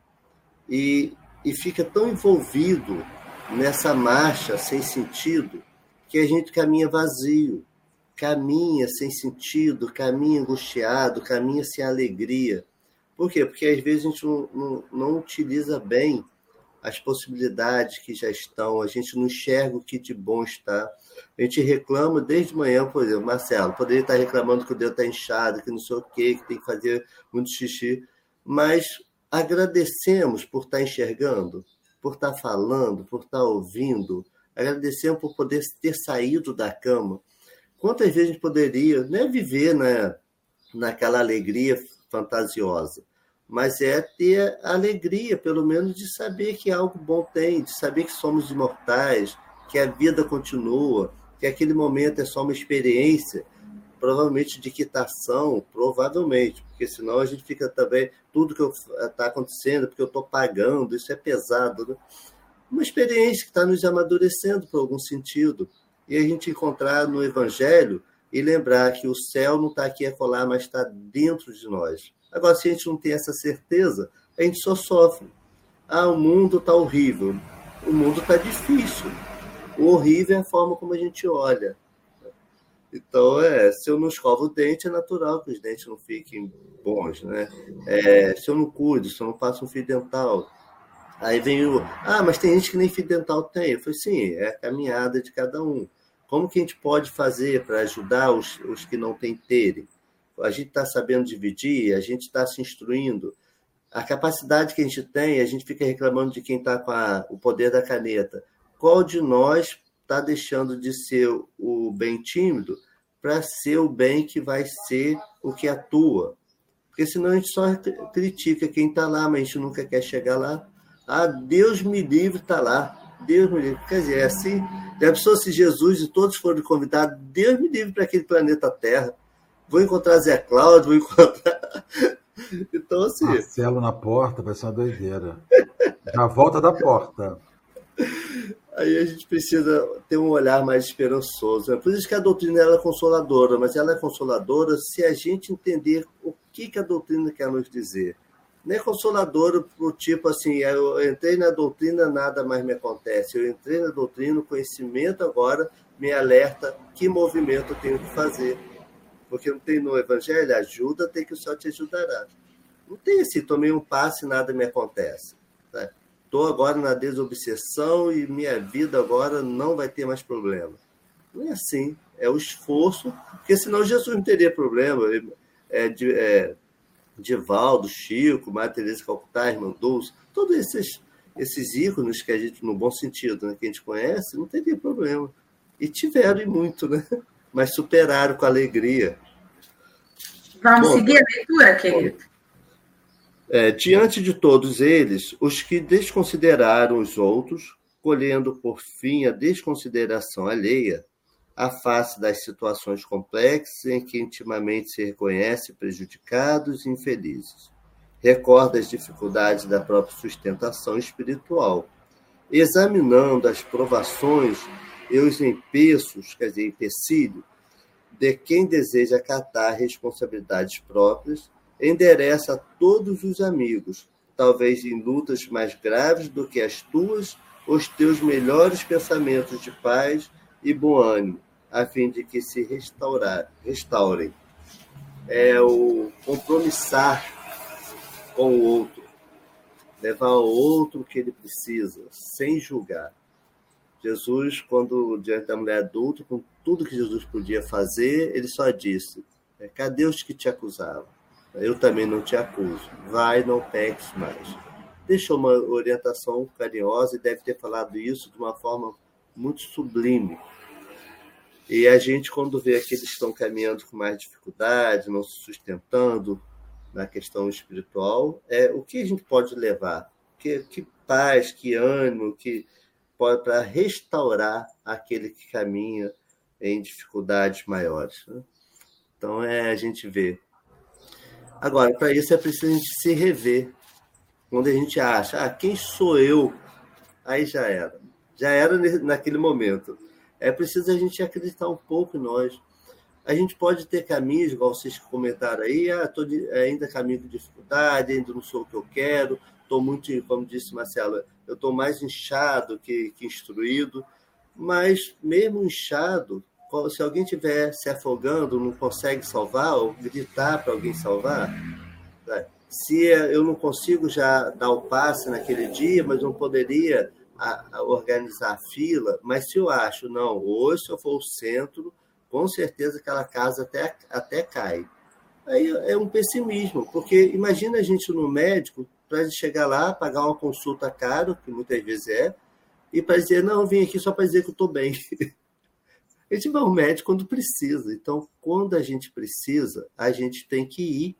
C: e fica tão envolvido nessa marcha sem sentido que a gente caminha vazio, caminha sem sentido, caminha angustiado, caminha sem alegria. Por quê? Porque às vezes a gente não utiliza bem as possibilidades que já estão, a gente não enxerga o que de bom está. A gente reclama desde manhã, por exemplo, Marcelo, poderia estar reclamando que o dedo está inchado, que não sei o quê, que tem que fazer muito xixi, mas agradecemos por estar enxergando, por estar falando, por estar ouvindo, agradecemos por poder ter saído da cama. Quantas vezes a gente poderia, não é viver naquela alegria fantasiosa, mas é ter a alegria, pelo menos, de saber que algo bom tem, de saber que somos imortais, que a vida continua, que aquele momento é só uma experiência, provavelmente de quitação, provavelmente, porque senão a gente fica também, tudo que está acontecendo, porque eu estou pagando, isso é pesado, né? Uma experiência que está nos amadurecendo por algum sentido, e a gente encontrar no Evangelho e lembrar que o céu não está aqui a colar, mas está dentro de nós. Agora, se a gente não tem essa certeza, a gente só sofre. O mundo está horrível. O mundo está difícil. O horrível é a forma como a gente olha. Então, se eu não escovo o dente, é natural que os dentes não fiquem bons, né? Se eu não cuido, se eu não passo um fio dental. Aí vem mas tem gente que nem fio dental tem. Eu falei, sim, é a caminhada de cada um. Como que a gente pode fazer para ajudar os que não têm terem? A gente está sabendo dividir, a gente está se instruindo. A capacidade que a gente tem, a gente fica reclamando de quem está com o poder da caneta. Qual de nós está deixando de ser o bem tímido para ser o bem que vai ser o que atua? Porque senão a gente só critica quem está lá, mas a gente nunca quer chegar lá. Deus me livre, está lá. Deus me livre. Quer dizer, é assim. Já pensou se Jesus e todos foram convidados? Deus me livre para aquele planeta Terra. Vou encontrar Zé Cláudio, vou encontrar... Então, assim...
B: Marcelo na porta vai ser uma doideira. Na volta da porta.
C: Aí a gente precisa ter um olhar mais esperançoso. Né? Por isso que a doutrina ela é consoladora, mas ela é consoladora se a gente entender o que a doutrina quer nos dizer. Não é consoladora pro tipo assim, eu entrei na doutrina, nada mais me acontece. Eu entrei na doutrina, o conhecimento agora me alerta que movimento eu tenho que fazer. Porque não tem no Evangelho, ajuda, tem que o Senhor te ajudará. Não tem assim, tomei um passe e nada me acontece. Estou agora na desobsessão e minha vida agora não vai ter mais problema. Não é assim, é o esforço, porque senão Jesus não teria problema. Divaldo, Chico, Maria Teresa de Calcutá, Irmã Dulce, todos esses ícones que a gente, no bom sentido, né, que a gente conhece, não teria problema. E tiveram e muito, né? mas superaram com alegria.
A: Vamos seguir a leitura, querido?
C: Diante de todos eles, os que desconsideraram os outros, colhendo por fim a desconsideração alheia, à face das situações complexas em que intimamente se reconhece prejudicados e infelizes. Recorda as dificuldades da própria sustentação espiritual, examinando as provações e os empecilhos, de quem deseja acatar responsabilidades próprias, endereça a todos os amigos, talvez em lutas mais graves do que as tuas, os teus melhores pensamentos de paz e bom ânimo, a fim de que se restaurem. É o compromissar com o outro, levar ao outro o que ele precisa, sem julgar. Jesus, quando diante da mulher adulta, com tudo que Jesus podia fazer, ele só disse: cadê os que te acusavam? Eu também não te acuso. Vai, não peques mais. Deixou uma orientação carinhosa e deve ter falado isso de uma forma muito sublime. E a gente, quando vê aqueles que estão caminhando com mais dificuldade, não se sustentando na questão espiritual, o que a gente pode levar? Que paz, que ânimo, que pode para restaurar aquele que caminha em dificuldades maiores, né? Então, a gente vê. Agora, para isso é preciso a gente se rever. Quando a gente acha, quem sou eu? Aí já era. Já era naquele momento. É preciso a gente acreditar um pouco em nós. A gente pode ter caminhos, igual vocês comentaram aí, estou ainda caminho de dificuldade, ainda não sou o que eu quero, estou muito, como disse Marcelo, eu estou mais inchado que instruído, mas mesmo inchado, se alguém estiver se afogando, não consegue salvar, ou gritar para alguém salvar, né? Se eu não consigo já dar o passe naquele dia, mas não poderia organizar a fila, mas se eu acho, não, hoje se eu for o centro, com certeza aquela casa até cai. Aí é um pessimismo, porque imagina a gente no médico, para chegar lá, pagar uma consulta cara, que muitas vezes e para dizer, não, eu vim aqui só para dizer que eu estou bem. A gente vai ao médico quando precisa. Então, quando a gente precisa, a gente tem que ir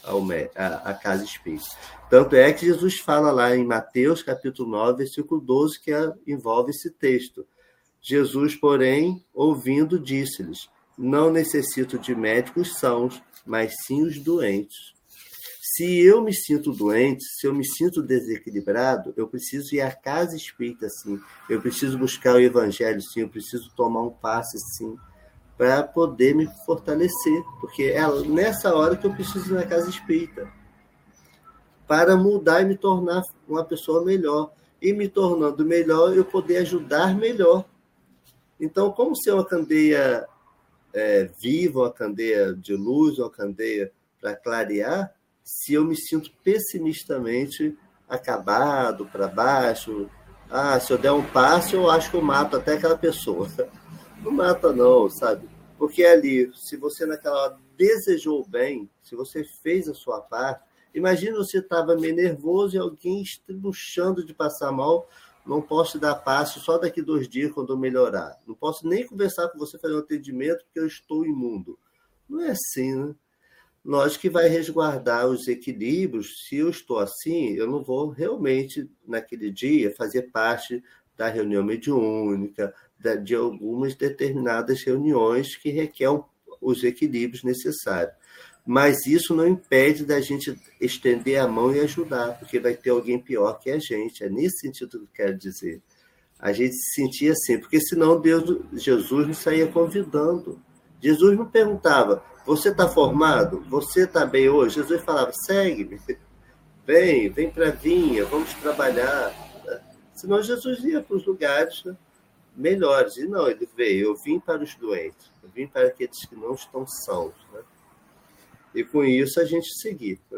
C: à casa espírita. Tanto é que Jesus fala lá em Mateus, capítulo 9, versículo 12, que envolve esse texto. Jesus, porém, ouvindo, disse-lhes: não necessito de médicos sãos, mas sim os doentes. Se eu me sinto doente, se eu me sinto desequilibrado, eu preciso ir à casa espírita, sim. Eu preciso buscar o evangelho, sim. Eu preciso tomar um passe, sim, para poder me fortalecer. Porque é nessa hora que eu preciso ir na casa espírita, para mudar e me tornar uma pessoa melhor. E me tornando melhor, eu poder ajudar melhor. Então, como ser uma candeia viva, uma candeia de luz, uma candeia para clarear, se eu me sinto pessimistamente acabado, para baixo, se eu der um passo, eu acho que eu mato até aquela pessoa. Não mata não, sabe? Porque ali, se você naquela hora desejou o bem, se você fez a sua parte, imagina você estava meio nervoso e alguém estribuchando de passar mal, não posso dar passo só daqui 2 dias quando eu melhorar. Não posso nem conversar com você, fazer um atendimento, porque eu estou imundo. Não é assim, né? Lógico que vai resguardar os equilíbrios. Se eu estou assim, eu não vou realmente, naquele dia, fazer parte da reunião mediúnica, de algumas determinadas reuniões que requerem os equilíbrios necessários. Mas isso não impede da gente estender a mão e ajudar, porque vai ter alguém pior que a gente. É nesse sentido que eu quero dizer. A gente se sentia assim, porque senão Jesus não saía convidando. Jesus não perguntava: você está formado? Você está bem hoje? Jesus falava: segue-me, vem para a vinha, vamos trabalhar. Senão Jesus ia para os lugares, né, melhores. E não, ele veio: eu vim para os doentes, eu vim para aqueles que não estão sãos, né? E com isso a gente seguir, né?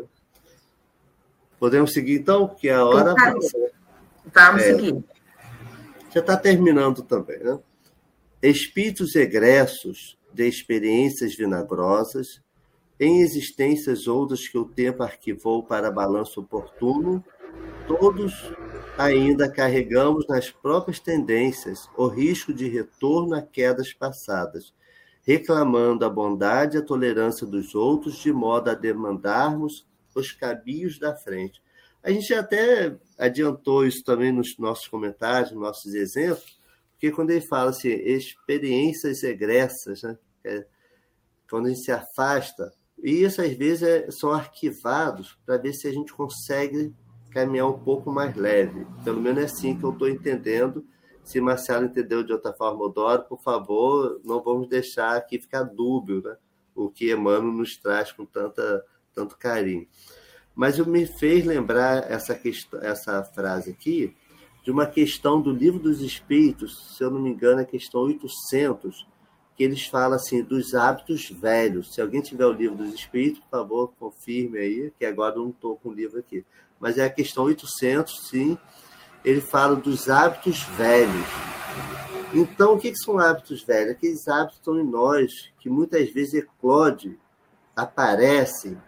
C: Podemos seguir então? Porque a hora...
A: Vamos seguir.
C: Já está terminando também, né? Espíritos egressos de experiências vinagrosas, em existências outras que o tempo arquivou para balanço oportuno, todos ainda carregamos nas próprias tendências o risco de retorno a quedas passadas, reclamando a bondade e a tolerância dos outros, de modo a demandarmos os caminhos da frente. A gente até adiantou isso também nos nossos comentários, nos nossos exemplos, porque quando ele fala assim, experiências egressas, né? Quando a gente se afasta, e isso às vezes são arquivados para ver se a gente consegue caminhar um pouco mais leve. Pelo menos é assim que eu estou entendendo. Se Marcelo entendeu de outra forma, Odoro, por favor, não vamos deixar aqui ficar dúbio, né? O que Emmanuel nos traz com tanto carinho. Mas me fez lembrar essa frase aqui de uma questão do Livro dos Espíritos, se eu não me engano, é a questão 800, que eles falam assim, dos hábitos velhos. Se alguém tiver o Livro dos Espíritos, por favor, confirme aí, que agora eu não estou com o livro aqui. Mas é a questão 800, sim, ele fala dos hábitos velhos. Então, o que são hábitos velhos? Aqueles hábitos que estão em nós, que muitas vezes eclodem, aparecem,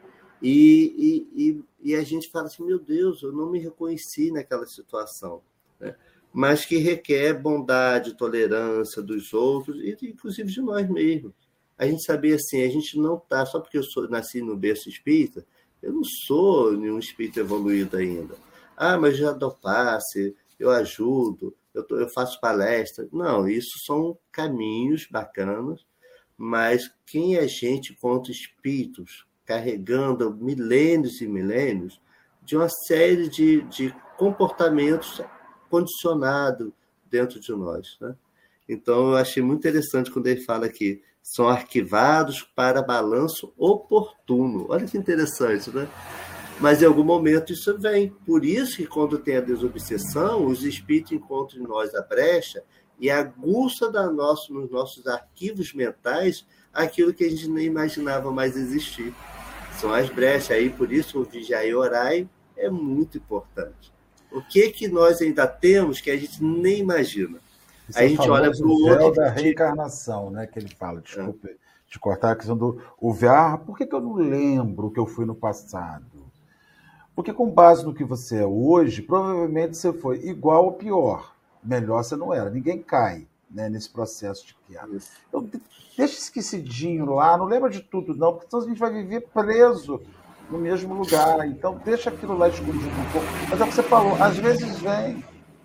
C: e a gente fala assim, meu Deus, eu não me reconheci naquela situação, né? Mas que requer bondade, tolerância dos outros, e inclusive de nós mesmos. A gente saber assim, a gente não está, só porque eu nasci no berço espírita, eu não sou nenhum espírito evoluído ainda. Mas já dou passe, eu ajudo, eu faço palestra. Não, isso são caminhos bacanas, mas quem é gente contra espíritos, carregando milênios e milênios de uma série de comportamentos condicionados dentro de nós, né? Então, eu achei muito interessante quando ele fala que são arquivados para balanço oportuno. Olha que interessante, né? Mas, em algum momento, isso vem. Por isso que, quando tem a desobsessão, os espíritos encontram em nós a brecha e aguça nos nossos arquivos mentais aquilo que a gente nem imaginava mais existir. São as brechas. Aí, por isso, o vigiai e orai é muito importante. O que nós ainda temos que a gente nem imagina?
B: Isso a gente olha para o véu da reencarnação, né, que ele fala, desculpe de cortar a questão do véu. Por que eu não lembro o que eu fui no passado? Porque com base no que você é hoje, provavelmente você foi igual ou pior. Melhor você não era. Ninguém cai, né, nesse processo de queda. Então, deixa esquecidinho lá, não lembra de tudo não, porque senão a gente vai viver preso no mesmo lugar. Então, deixa aquilo lá escondido um pouco. Mas é o que você falou, às vezes vem.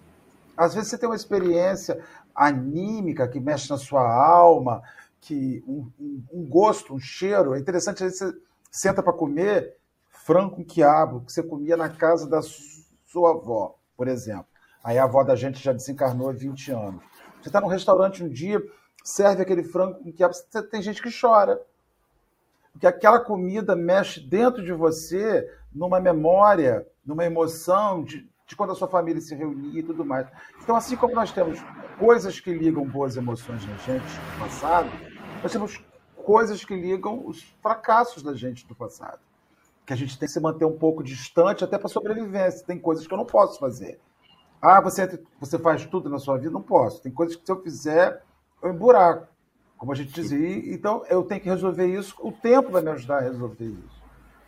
B: Às vezes você tem uma experiência anímica que mexe na sua alma, que um gosto, um cheiro. É interessante, às vezes você senta para comer frango com quiabo, que você comia na casa da sua avó, por exemplo. Aí a avó da gente já desencarnou há 20 anos. Você está num restaurante um dia, serve aquele frango com quiabo, tem gente que chora. Porque aquela comida mexe dentro de você numa memória, numa emoção de quando a sua família se reunia e tudo mais. Então, assim como nós temos coisas que ligam boas emoções na gente do passado, nós temos coisas que ligam os fracassos da gente do passado. Que a gente tem que se manter um pouco distante até para sobrevivência. Tem coisas que eu não posso fazer. Você faz tudo na sua vida? Não posso. Tem coisas que se eu fizer, eu emburaco. Como a gente dizia. Então, eu tenho que resolver isso. O tempo vai me ajudar a resolver isso.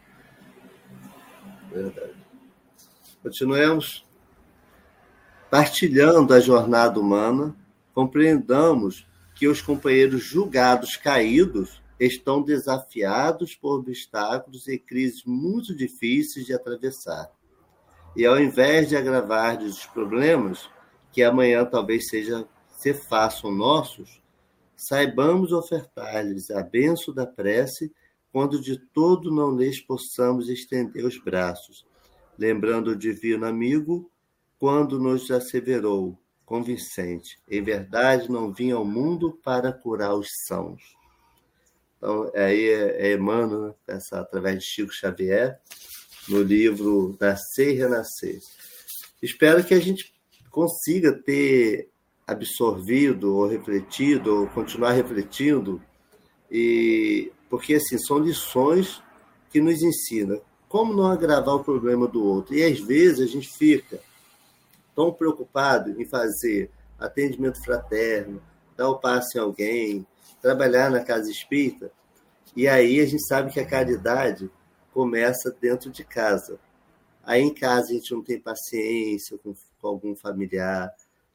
C: Verdade. Continuemos partilhando a jornada humana, compreendamos que os companheiros julgados caídos estão desafiados por obstáculos e crises muito difíceis de atravessar. E ao invés de agravar os problemas, que amanhã talvez se façam nossos, saibamos ofertar-lhes a bênção da prece quando de todo não lhes possamos estender os braços, lembrando o divino amigo, quando nos asseverou, convincente, em verdade não vim ao mundo para curar os sãos. Então, aí é Emmanuel, né, através de Chico Xavier, no livro Nascer e Renascer. Espero que a gente consiga ter absorvido ou refletido, ou continuar refletindo, porque assim, são lições que nos ensinam como não agravar o problema do outro. E, às vezes, a gente fica tão preocupado em fazer atendimento fraterno, dar o passe em alguém, trabalhar na casa espírita, e aí a gente sabe que a caridade começa dentro de casa. Aí, em casa, a gente não tem paciência com algum familiar,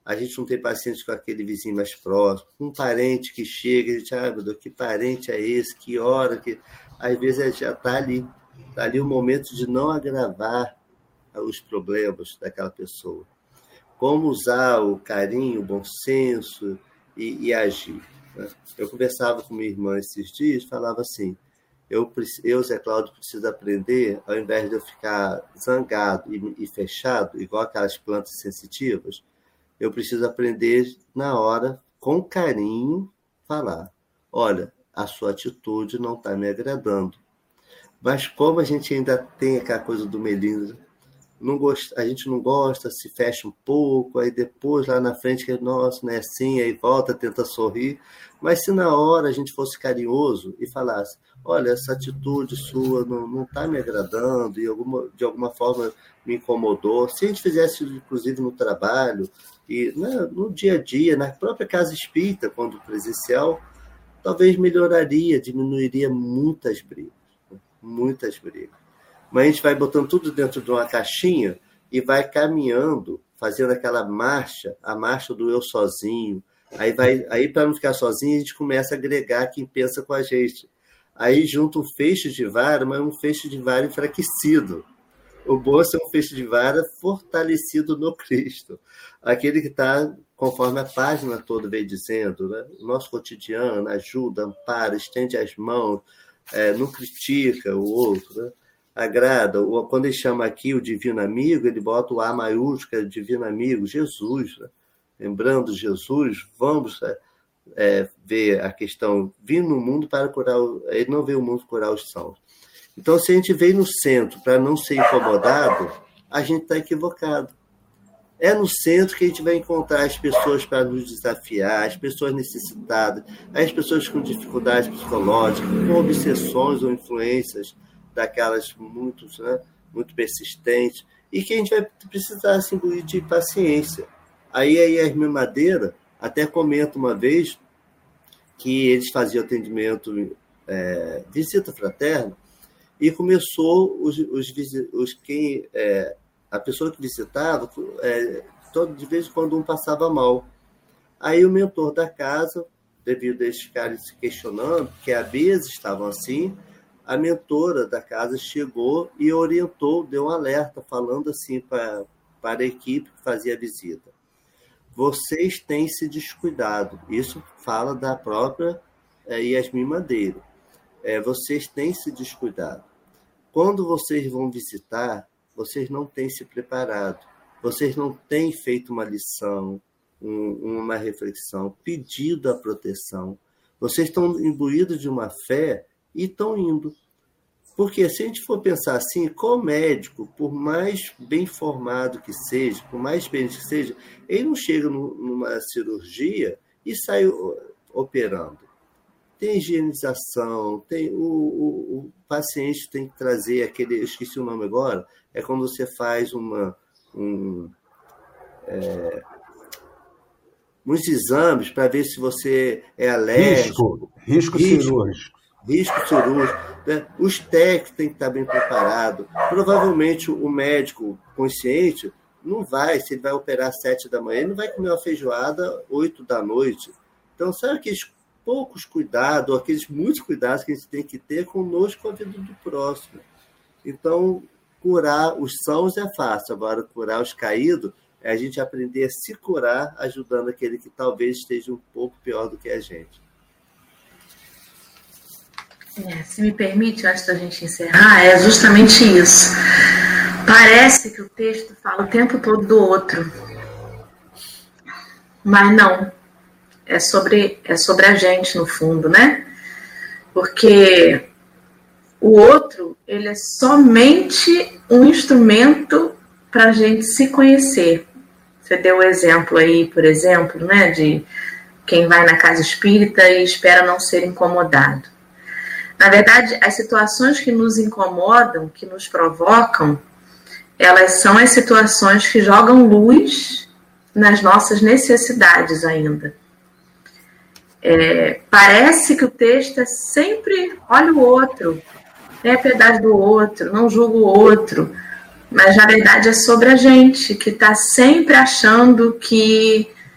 C: a gente não tem paciência com aquele vizinho mais próximo, um parente que chega, a gente, meu Deus, que parente é esse, que hora, que... Às vezes já está ali o momento de não agravar os problemas daquela pessoa. Como usar o carinho, o bom senso e agir. Né? Eu conversava com minha irmã esses dias, falava assim, eu, Zé Cláudio, preciso aprender, ao invés de eu ficar zangado e fechado, igual aquelas plantas sensitivas, eu preciso aprender na hora, com carinho, falar, olha, a sua atitude não está me agradando. Mas como a gente ainda tem aquela coisa do melindre, a gente não gosta, se fecha um pouco, aí depois lá na frente, nossa, não é assim, aí volta, tenta sorrir. Mas se na hora a gente fosse carinhoso e falasse, olha, essa atitude sua não está me agradando, e de alguma forma me incomodou. Se a gente fizesse, inclusive, no trabalho, e no dia a dia, na própria casa espírita, quando presencial, talvez melhoraria, diminuiria muitas brigas. Muitas brigas. Mas a gente vai botando tudo dentro de uma caixinha e vai caminhando, fazendo aquela marcha, a marcha do eu sozinho. Aí para não ficar sozinho, a gente começa a agregar quem pensa com a gente. Aí junta um feixe de vara, mas um feixe de vara enfraquecido. O bom é ser um feixe de vara fortalecido no Cristo. Aquele que está, conforme a página toda vem dizendo, né? O nosso cotidiano ajuda, ampara, estende as mãos, não critica o outro, né? Agrada. Quando ele chama aqui o divino amigo, ele bota o A maiúsculo, divino amigo, Jesus. Né? Lembrando Jesus, vamos ver a questão, vir no mundo para curar, ele não veio o mundo curar os sãos. Então, se a gente veio no centro para não ser incomodado, a gente está equivocado. É no centro que a gente vai encontrar as pessoas para nos desafiar, as pessoas necessitadas, as pessoas com dificuldades psicológicas, com obsessões ou influências daquelas muito persistentes, e que a gente vai precisar se imbuir de paciência. Aí a Yasmin Madeira até comenta uma vez que eles faziam atendimento, visita fraterna, e começou a pessoa que visitava, de vez em quando um passava mal. Aí o mentor da casa, devido a eles ficarem se questionando, porque há vezes estavam assim, a mentora da casa chegou e orientou, deu um alerta, falando assim para a equipe que fazia a visita. Vocês têm se descuidado. Isso fala da própria Yasmin Madeira. Vocês têm se descuidado. Quando vocês vão visitar, vocês não têm se preparado. Vocês não têm feito uma lição, uma reflexão, pedido a proteção. Vocês estão imbuídos de uma fé e estão indo. Porque se a gente for pensar assim, qual médico, por mais bem formado que seja, por mais experiente que seja, ele não chega numa cirurgia e sai operando. Tem higienização, o paciente tem que trazer aquele, eu esqueci o nome agora, é quando você faz uns exames para ver se você é alérgico.
B: Risco cirúrgico.
C: Risco cirúrgico. Né? Os técnicos têm que estar bem preparados. Provavelmente o médico consciente não vai, se ele vai operar às 7 da manhã, ele não vai comer uma feijoada 8 da noite. Então, sabe aqueles poucos cuidados, ou aqueles muitos cuidados que a gente tem que ter conosco, com a vida do próximo. Então, curar os sãos é fácil, agora curar os caídos é a gente aprender a se curar, ajudando aquele que talvez esteja um pouco pior do que a gente.
A: Se me permite, antes da gente encerrar, é justamente isso. Parece que o texto fala o tempo todo do outro, mas não. É sobre a gente, no fundo, né? Porque o outro, ele é somente um instrumento para a gente se conhecer. Você deu o exemplo aí, por exemplo, né, de quem vai na casa espírita e espera não ser incomodado. Na verdade, as situações que nos incomodam, que nos provocam, elas são as situações que jogam luz nas nossas necessidades ainda. Parece que o texto é sempre, olha o outro, é piedade do outro, não julga o outro, mas na verdade é sobre a gente, que está sempre achando que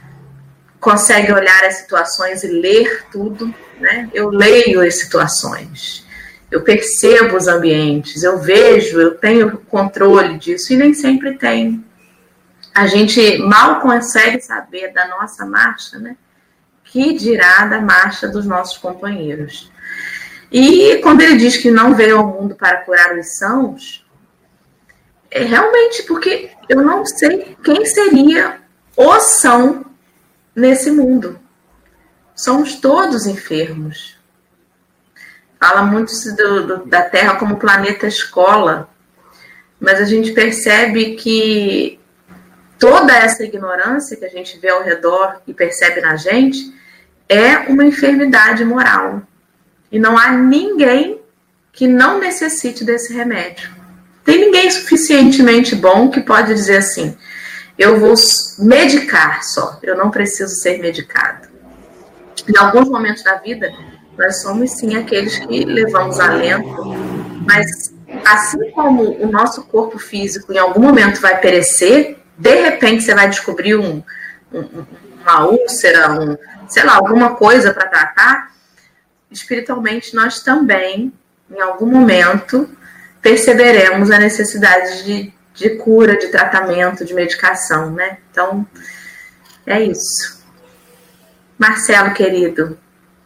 A: consegue olhar as situações e ler tudo, né? Eu leio as situações, eu percebo os ambientes, eu vejo, eu tenho controle disso e nem sempre tenho. A gente mal consegue saber da nossa marcha, né? Que dirá da marcha dos nossos companheiros. E quando ele diz que não veio ao mundo para curar os sãos, é realmente porque eu não sei quem seria o são nesse mundo. Somos todos enfermos. Fala muito da Terra como planeta escola, mas a gente percebe que toda essa ignorância que a gente vê ao redor e percebe na gente é uma enfermidade moral. E não há ninguém que não necessite desse remédio. Tem ninguém suficientemente bom que pode dizer assim, eu vou medicar só, eu não preciso ser medicado. Em alguns momentos da vida, nós somos sim aqueles que levamos alento, mas assim como o nosso corpo físico em algum momento vai perecer, de repente você vai descobrir uma úlcera, sei lá, alguma coisa para tratar, espiritualmente nós também, em algum momento, perceberemos a necessidade de cura, de tratamento, de medicação, né? Então, é isso. Marcelo, querido.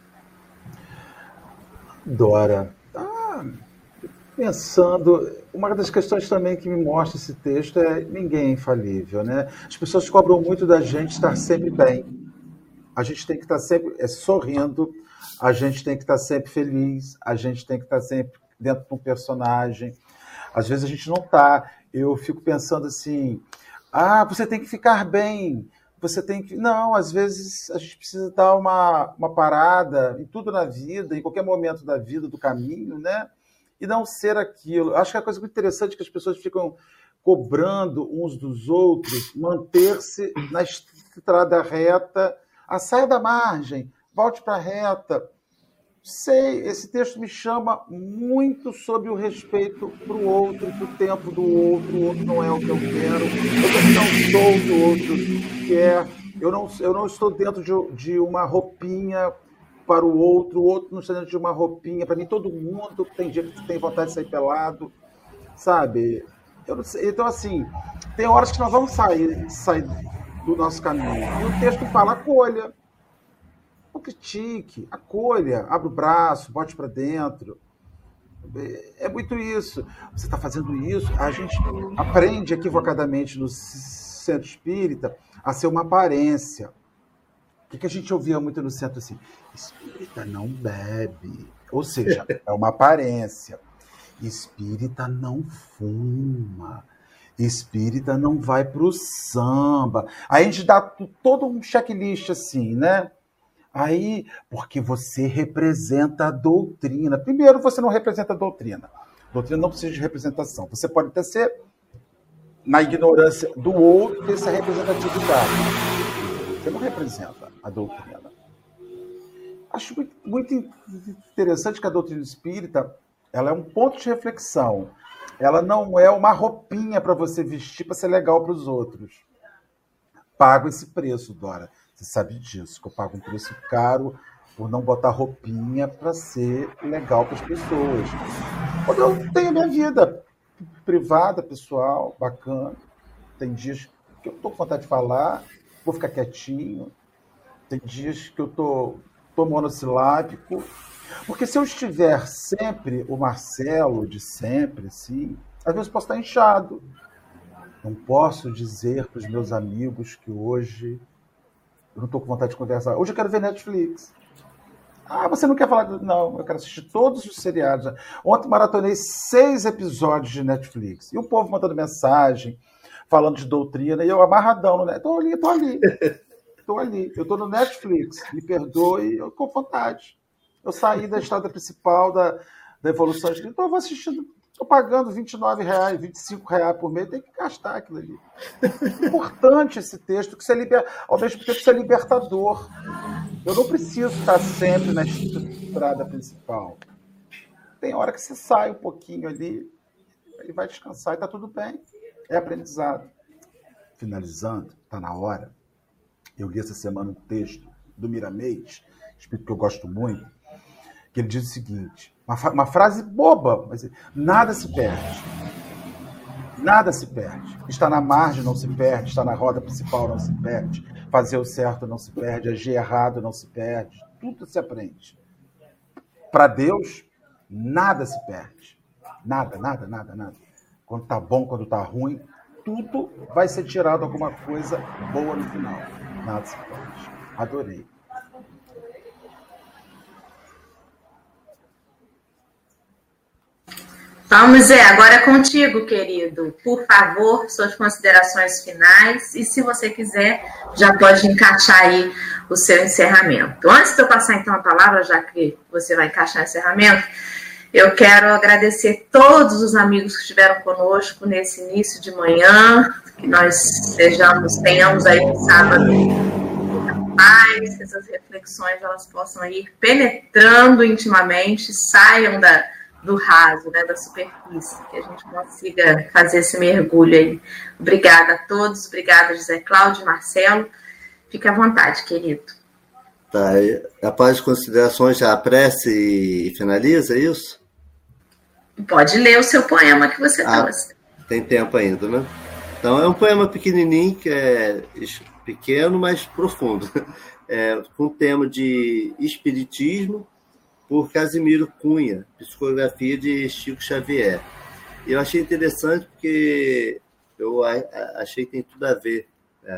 B: Dora, pensando, uma das questões também que me mostra esse texto é ninguém é infalível, né? As pessoas cobram muito da gente estar sempre bem. A gente tem que estar sempre sorrindo, a gente tem que estar sempre feliz, a gente tem que estar sempre dentro de um personagem. Às vezes a gente não está. Eu fico pensando assim, você tem que ficar bem, você tem que... Não, às vezes a gente precisa dar uma parada em tudo na vida, em qualquer momento da vida, do caminho, né? E não ser aquilo. Acho que é uma coisa muito interessante que as pessoas ficam cobrando uns dos outros, manter-se na estrada reta, saia da margem, volte para a reta. Sei, esse texto me chama muito sobre o respeito para o outro, para o tempo do outro. O outro não é o que eu quero, eu também não sou o que o outro quer, eu não estou dentro de uma roupinha para o outro não está dentro de uma roupinha. Para mim, todo mundo tem dia que tem vontade de sair pelado, sabe? Eu não sei. Então, assim, tem horas que nós vamos sair do nosso caminho. E o texto fala, acolha. Não critique, acolha, abra o braço, bote para dentro. É muito isso. Você está fazendo isso, a gente aprende equivocadamente no centro espírita a ser uma aparência. O que a gente ouvia muito no centro assim? Espírita não bebe. Ou seja, é uma aparência. Espírita não fuma. Espírita não vai para o samba. Aí a gente dá todo um checklist assim, né? Aí, porque você representa a doutrina. Primeiro, você não representa a doutrina. A doutrina não precisa de representação. Você pode até ser, na ignorância do outro, ter essa representatividade. Você não representa a doutrina. Acho muito interessante que a doutrina espírita, ela é um ponto de reflexão. Ela não é uma roupinha para você vestir para ser legal para os outros. Pago esse preço, Dora. Você sabe disso, que eu pago um preço caro por não botar roupinha para ser legal para as pessoas. Quando eu tenho minha vida privada, pessoal, bacana, tem dias que eu estou com vontade de falar, vou ficar quietinho, tem dias que eu estou monossilábico, porque se eu estiver sempre o Marcelo de sempre, assim, às vezes posso estar inchado. Não posso dizer para os meus amigos que hoje eu não estou com vontade de conversar. Hoje eu quero ver Netflix. Você não quer falar? Não, eu quero assistir todos os seriados. Ontem maratonei 6 episódios de Netflix. E o povo mandando mensagem, falando de doutrina, e eu amarradão. Estou ali. Eu estou no Netflix. Me perdoe, eu com vontade. Eu saí da estrada principal da evolução espírita, então eu vou assistindo. Estou pagando R$29, R$25 por mês, tem que gastar aquilo ali. Importante esse texto, que ao mesmo tempo que é libertador. Eu não preciso estar sempre na estrada principal. Tem hora que você sai um pouquinho ali e vai descansar e está tudo bem. É aprendizado. Finalizando, está na hora. Eu li essa semana um texto do Miramês, espírito que eu gosto muito, que ele diz o seguinte, uma frase boba, mas nada se perde. Nada se perde. Está na margem não se perde, está na roda principal não se perde, fazer o certo não se perde, agir errado não se perde, tudo se aprende. Para Deus, nada se perde. Nada. Quando está bom, quando está ruim, tudo vai ser tirado alguma coisa boa no final. Nada se perde. Adorei.
A: Vamos ver, agora é contigo, querido. Por favor, suas considerações finais. E se você quiser, já pode encaixar aí o seu encerramento. Antes de eu passar, então, a palavra, já que você vai encaixar o encerramento, eu quero agradecer todos os amigos que estiveram conosco nesse início de manhã, que nós tenhamos aí um sábado paz, que essas reflexões elas possam ir penetrando intimamente, saiam do raso, né, da superfície, que a gente consiga fazer esse mergulho aí. Obrigada a todos, obrigada José Cláudio, Marcelo. Fique à vontade, querido.
C: Tá, após as considerações, já a prece e finaliza, é isso?
A: Pode ler o seu poema que você trouxe.
C: Tem tempo ainda, né? Então, é um poema pequenininho, que é pequeno, mas profundo. Com o tema de espiritismo, por Casimiro Cunha, psicografia de Chico Xavier. Eu achei interessante porque eu achei que tem tudo a ver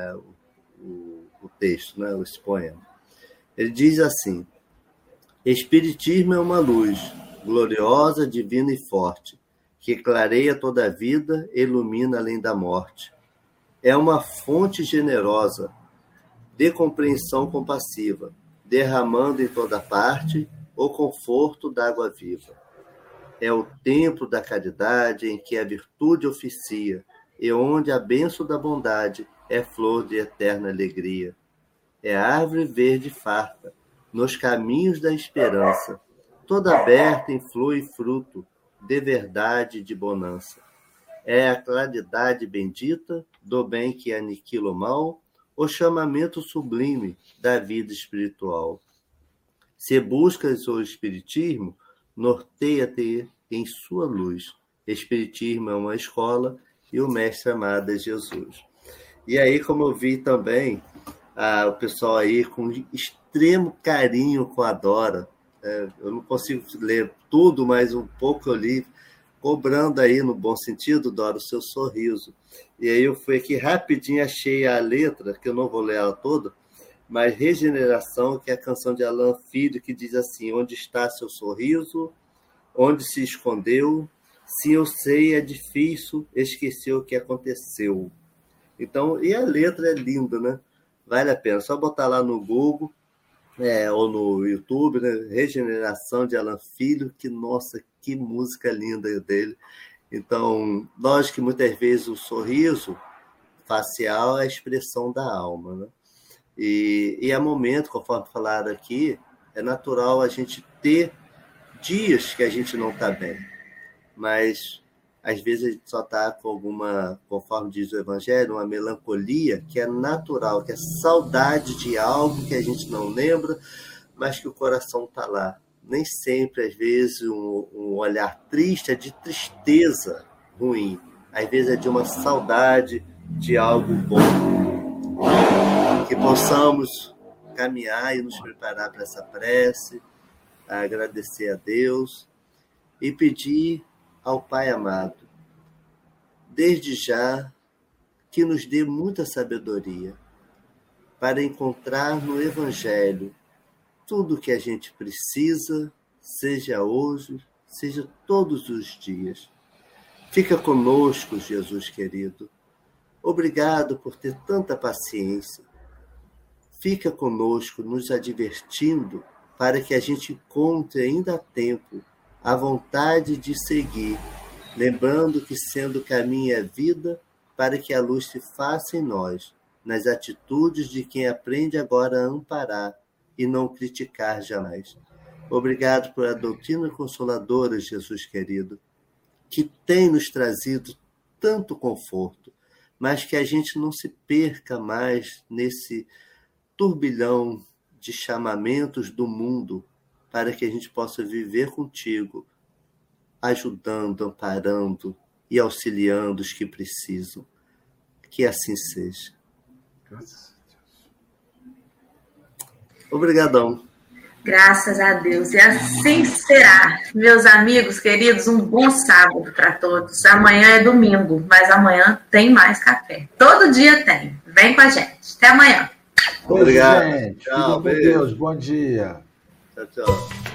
C: o texto, né, esse poema. Ele diz assim: Espiritismo é uma luz, gloriosa, divina e forte, que clareia toda a vida, ilumina além da morte. É uma fonte generosa, de compreensão compassiva, derramando em toda parte o conforto da água viva. É o templo da caridade em que a virtude oficia, e onde a bênção da bondade é flor de eterna alegria. É a árvore verde farta, nos caminhos da esperança, toda aberta em flor e fruto, de verdade e de bonança. É a claridade bendita do bem que aniquila o mal, o chamamento sublime da vida espiritual. Se buscas o Espiritismo, norteia-te em sua luz. Espiritismo é uma escola e o mestre amado é Jesus. E aí, como eu vi também, o pessoal aí com extremo carinho com a Dora. Eu não consigo ler tudo, mas um pouco eu li, cobrando aí, no bom sentido, Dora, o seu sorriso. E aí eu fui aqui rapidinho, achei a letra, que eu não vou ler ela toda, mas Regeneração, que é a canção de Alan Filho, que diz assim: onde está seu sorriso? Onde se escondeu? Se eu sei, é difícil esquecer o que aconteceu. Então, e a letra é linda, né? Vale a pena. Só botar lá no Google, ou no YouTube, né? Regeneração de Alan Filho, que, nossa, que música linda dele. Então, lógico que muitas vezes o sorriso facial é a expressão da alma, né? E é momento, conforme falaram aqui, é natural a gente ter dias que a gente não está bem, mas às vezes a gente só está com alguma, conforme diz o Evangelho, uma melancolia que é natural, que é saudade de algo que a gente não lembra, mas que o coração está lá. Nem sempre, às vezes, um olhar triste é de tristeza ruim, às vezes é de uma saudade de algo bom. Que possamos caminhar e nos preparar para essa prece, agradecer a Deus e pedir ao Pai amado, desde já, que nos dê muita sabedoria para encontrar no Evangelho tudo o que a gente precisa, seja hoje, seja todos os dias. Fica conosco, Jesus querido. Obrigado por ter tanta paciência. Fica conosco, nos advertindo, para que a gente encontre ainda a tempo a vontade de seguir, lembrando que sendo caminho é vida, para que a luz se faça em nós, nas atitudes de quem aprende agora a amparar e não criticar jamais. Obrigado por a doutrina consoladora, Jesus querido, que tem nos trazido tanto conforto, mas que a gente não se perca mais nesse turbilhão de chamamentos do mundo para que a gente possa viver contigo, ajudando, amparando e auxiliando os que precisam. Que assim seja.
B: Graças a Deus.
C: Obrigadão.
A: Graças a Deus. E assim será. Meus amigos queridos, um bom sábado para todos. Amanhã é domingo, mas amanhã tem mais café. Todo dia tem. Vem com a gente. Até amanhã.
B: Obrigado, gente.
C: Tchau,
B: Fiquem com Deus. Bom dia.
C: Tchau, tchau.